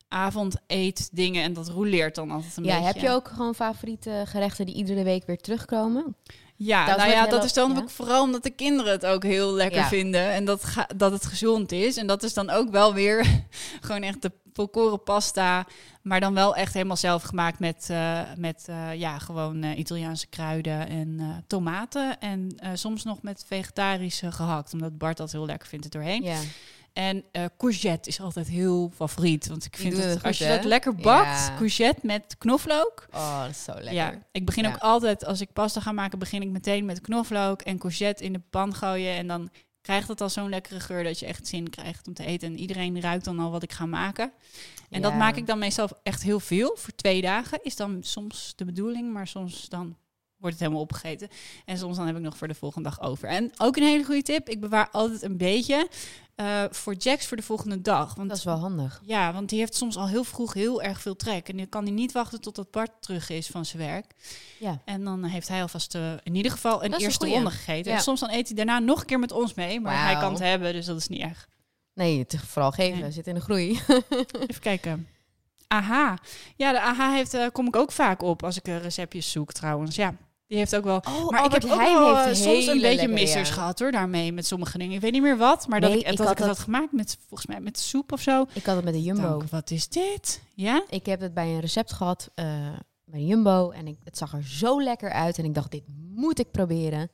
avondeet dingen. En dat rouleert dan altijd een ja, beetje. heb je ook gewoon favoriete gerechten die iedere week weer terugkomen? Ja, dat nou ja, hello, dat is dan ja. ook vooral omdat de kinderen het ook heel lekker ja. vinden. En dat, ga, dat het gezond is. En dat is dan ook wel weer gewoon echt de volkoren pasta. Maar dan wel echt helemaal zelf gemaakt met, uh, met uh, ja, gewoon uh, Italiaanse kruiden en uh, tomaten. En uh, soms nog met vegetarische gehakt. Omdat Bart dat heel lekker vindt er doorheen. Ja. En uh, courgette is altijd heel favoriet. Want ik vind dat dat goed, als je hè? dat lekker bakt, Ja. courgette met knoflook. Oh, dat is zo lekker. Ja, ik begin Ja. ook altijd, als ik pasta ga maken, begin ik meteen met knoflook en courgette in de pan gooien. En dan krijgt het al zo'n lekkere geur dat je echt zin krijgt om te eten. En iedereen ruikt dan al wat ik ga maken. En Ja. dat maak ik dan meestal echt heel veel. Voor twee dagen is dan soms de bedoeling, maar soms dan wordt het helemaal opgegeten. En soms dan heb ik nog voor de volgende dag over. En ook een hele goede tip, ik bewaar altijd een beetje uh, voor Jax voor de volgende dag. Want Dat is wel handig. ja, want die heeft soms al heel vroeg heel erg veel trek. En dan kan hij niet wachten totdat Bart terug is van zijn werk. Ja. En dan heeft hij alvast uh, in ieder geval een Dat is eerste een goeie. ronde gegeten. Ja. En soms dan eet hij daarna nog een keer met ons mee. Maar Wauw. hij kan het hebben, dus dat is niet erg. Nee, het is vooral geven. Nee. Zit in de groei. Even kijken. Aha. Ja, de Aha heeft, uh, kom ik ook vaak op als ik uh, receptjes zoek trouwens. Ja, die heeft ook wel... Oh, maar Albert ik heb ook Heijn wel, uh, heeft soms een hele beetje lekkere, missers ja. gehad hoor, daarmee met sommige dingen. Ik weet niet meer wat, maar dat Nee, ik, ik dat had ik het dat- had gemaakt met, volgens mij, met soep of zo. Ik had het met de Jumbo. Dank, wat is dit? Ja? Ik heb het bij een recept gehad uh, bij de Jumbo. En ik, het zag er zo lekker uit. En ik dacht, dit moet ik proberen.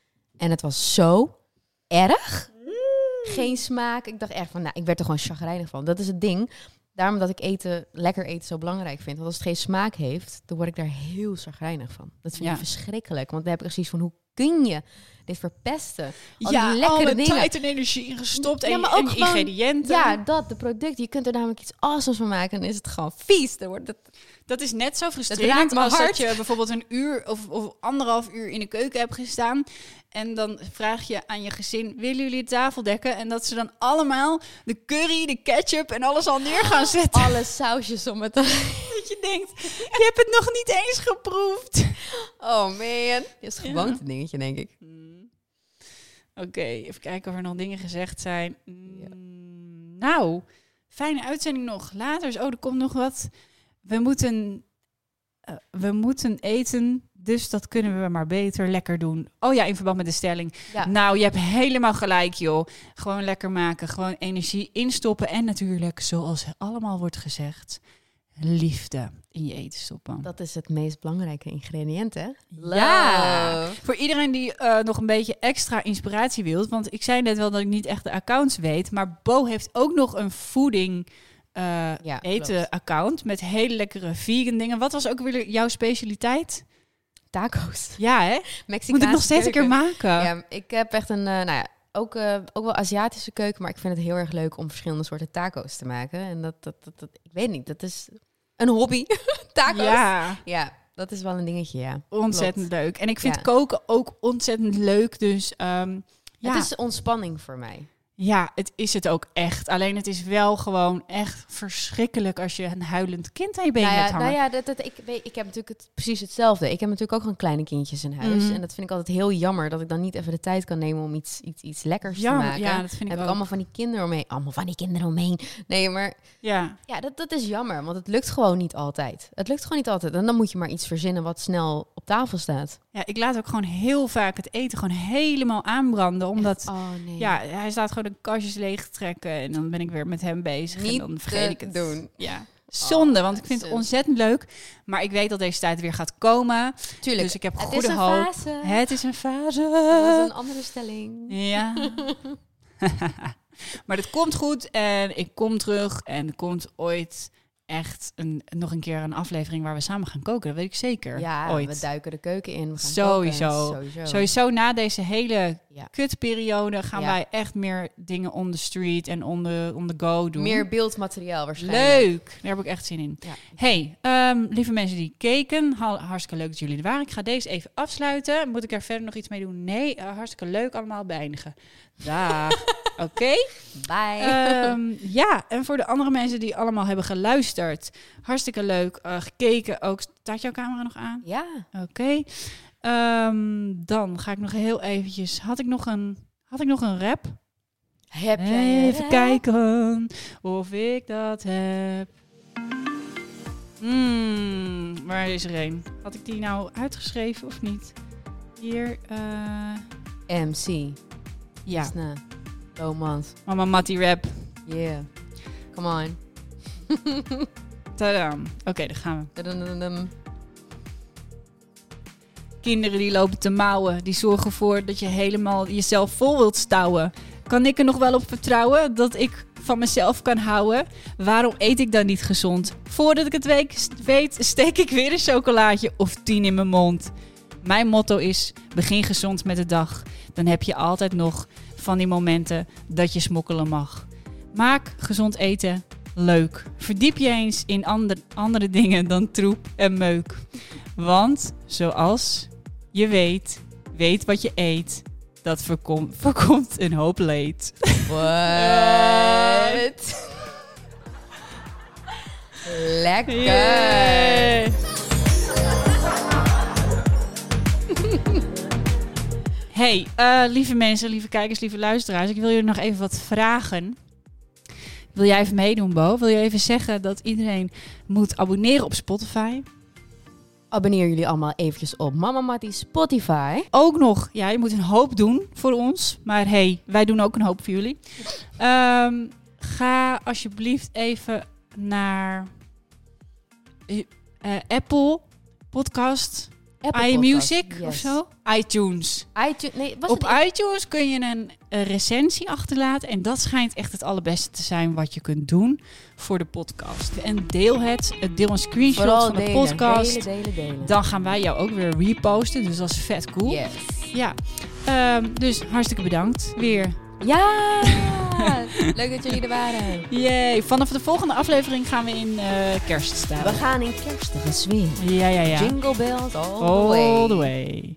En het was zo erg. Geen smaak. Ik dacht echt van, nou, ik werd er gewoon chagrijnig van. Dat is het ding. Daarom dat ik eten, lekker eten zo belangrijk vind. Want als het geen smaak heeft, dan word ik daar heel chagrijnig van. Dat vind Ja. ik verschrikkelijk. Want dan heb ik precies van, hoe kun je dit verpesten? Al ja, die lekkere alle dingen. tijd en energie ingestopt Ja, en, maar ook en gewoon- ingrediënten. Ja, dat, de product. Je kunt er namelijk iets awesomes van maken. En dan is het gewoon vies. Dan wordt het... Dat is net zo raakt frustrerend mijn als hart. dat je bijvoorbeeld een uur of, of anderhalf uur in de keuken hebt gestaan. En dan vraag je aan je gezin, willen jullie de tafel dekken? En dat ze dan allemaal de curry, de ketchup en alles al neer gaan zetten. Alle sausjes om het te... Dat je denkt, je hebt het nog niet eens geproefd. Oh man. Dat is Ja. gewoon een dingetje, denk ik. Hmm. Oké, okay, even kijken of er nog dingen gezegd zijn. Mm, Ja. Nou, fijne uitzending nog. Later is, oh, er komt nog wat. We moeten, uh, we moeten eten, dus dat kunnen we maar beter lekker doen. Oh ja, in verband met de stelling. Ja. Nou, je hebt helemaal gelijk, joh. Gewoon lekker maken, gewoon energie instoppen. En natuurlijk, zoals allemaal wordt gezegd, liefde in je eten stoppen. Dat is het meest belangrijke ingrediënt, hè? Ja. Love. Voor iedereen die uh, nog een beetje extra inspiratie wilt, want ik zei net wel dat ik niet echt de accounts weet, maar Bo heeft ook nog een voeding uh, Ja, eten klopt. account met hele lekkere vegan dingen. Wat was ook weer jouw specialiteit? Taco's. Ja, hè? Mexicaanse Moet ik nog steeds keuken. een keer maken? Ja, ik heb echt een, uh, nou ja, ook, uh, ook wel Aziatische keuken, maar ik vind het heel erg leuk om verschillende soorten taco's te maken. En dat, dat, dat, dat ik weet niet, dat is een hobby. Taco's. Ja. Ja, dat is wel een dingetje, ja. Ontzettend Klopt. leuk. En ik vind Ja. koken ook ontzettend leuk. Dus um, ja. Het is ontspanning voor mij. Ja, het is het ook echt. Alleen het is wel gewoon echt verschrikkelijk als je een huilend kind aan je been Nou hebt ja, hangen. nou ja dat, dat, ik, weet, ik heb natuurlijk het, precies hetzelfde. Ik heb natuurlijk ook gewoon kleine kindjes in huis. Mhm. En dat vind ik altijd heel jammer dat ik dan niet even de tijd kan nemen om iets, iets, iets lekkers Ja, te maken. ja, dat vind Dan ik heb ook. ik allemaal van die kinderen omheen. Allemaal van die kinderen omheen. Nee, maar Ja, ja, dat, dat is jammer. Want het lukt gewoon niet altijd. Het lukt gewoon niet altijd. En dan moet je maar iets verzinnen wat snel op tafel staat. ja, ik laat ook gewoon heel vaak het eten gewoon helemaal aanbranden. Omdat, Echt? Oh nee. ja, hij staat gewoon de kastjes leeg te trekken. En dan ben ik weer met hem bezig. Niet en dan vergeet te ik het. doen. Ja. Zonde, Oh, want ik vind het zonde. ontzettend leuk. Maar ik weet dat deze tijd weer gaat komen. Tuurlijk. Dus ik heb het goede is een hoop. fase. Het is een fase. Dat is een andere stelling. Ja. Maar het komt goed en ik kom terug. En er komt ooit echt een, nog een keer een aflevering waar we samen gaan koken. Dat weet ik zeker. Ja, ooit. we duiken de keuken in. We gaan Sowieso. koken. Sowieso. Sowieso na deze hele Ja. kutperiode gaan Ja. wij echt meer dingen on the street en on the, on the go doen. Meer beeldmateriaal waarschijnlijk. Leuk. Daar heb ik echt zin in. Ja. Hey, ehm, lieve mensen die keken, ha- hartstikke leuk dat jullie er waren. Ik ga deze even afsluiten. Moet ik er verder nog iets mee doen? Nee, eh, hartstikke leuk allemaal beëindigen. Dag. Oké. Bye. Ehm, ja, en voor de andere mensen die allemaal hebben geluisterd, hartstikke leuk. Uh, gekeken ook. Staat jouw camera nog aan? ja. Oké. Ehm, dan ga ik nog heel eventjes. Had ik nog een, had ik nog een rap? Heb jij Even een kijken of ik dat heb. Hmm, waar is er een? Had ik die nou uitgeschreven of niet? Hier, eh M C? ja. Snap. Romance. Mama Mattie rap. Yeah. Come on. Tadaa. Oké, daar gaan we. Dudum. Kinderen die lopen te mouwen, die zorgen ervoor dat je helemaal jezelf vol wilt stouwen. Kan ik er nog wel op vertrouwen dat ik van mezelf kan houden? Waarom eet ik dan niet gezond? Voordat ik het week- weet, steek ik weer een chocolaatje of tien in mijn mond. Mijn motto is, begin gezond met de dag. Dan heb je altijd nog van die momenten dat je smokkelen mag. Maak gezond eten leuk. Verdiep je eens in ander, andere dingen dan troep en meuk. Want, zoals je weet, weet wat je eet. Dat voorkom, voorkomt een hoop leed. What? Lekker. Yay. Hey, uh, lieve mensen, lieve kijkers, lieve luisteraars. Ik wil jullie nog even wat vragen. Wil jij even meedoen, Bo? Wil je even zeggen dat iedereen moet abonneren op Spotify? Abonneer jullie allemaal eventjes op Mama Mattie Spotify. Ook nog, ja, je moet een hoop doen voor ons. Maar hey, wij doen ook een hoop voor jullie. Um, ga alsjeblieft even naar uh, Apple Podcast, Apple iMusic Podcast, of yes. zo. iTunes. iTunes, nee, was Op het iTunes kun je een, een recensie achterlaten. En dat schijnt echt het allerbeste te zijn wat je kunt doen voor de podcast. En deel het. Deel een screenshot Vooral van de delen, podcast. delen, delen, delen. Dan gaan wij jou ook weer reposten. Dus dat is vet cool. Yes. Ja, um, dus hartstikke bedankt weer. Ja, leuk dat jullie er waren. Yay, vanaf de volgende aflevering gaan we in uh, kerst staan. We gaan in kerstige sfeer. Ja, ja, ja. Jingle bells all, All the way. the way.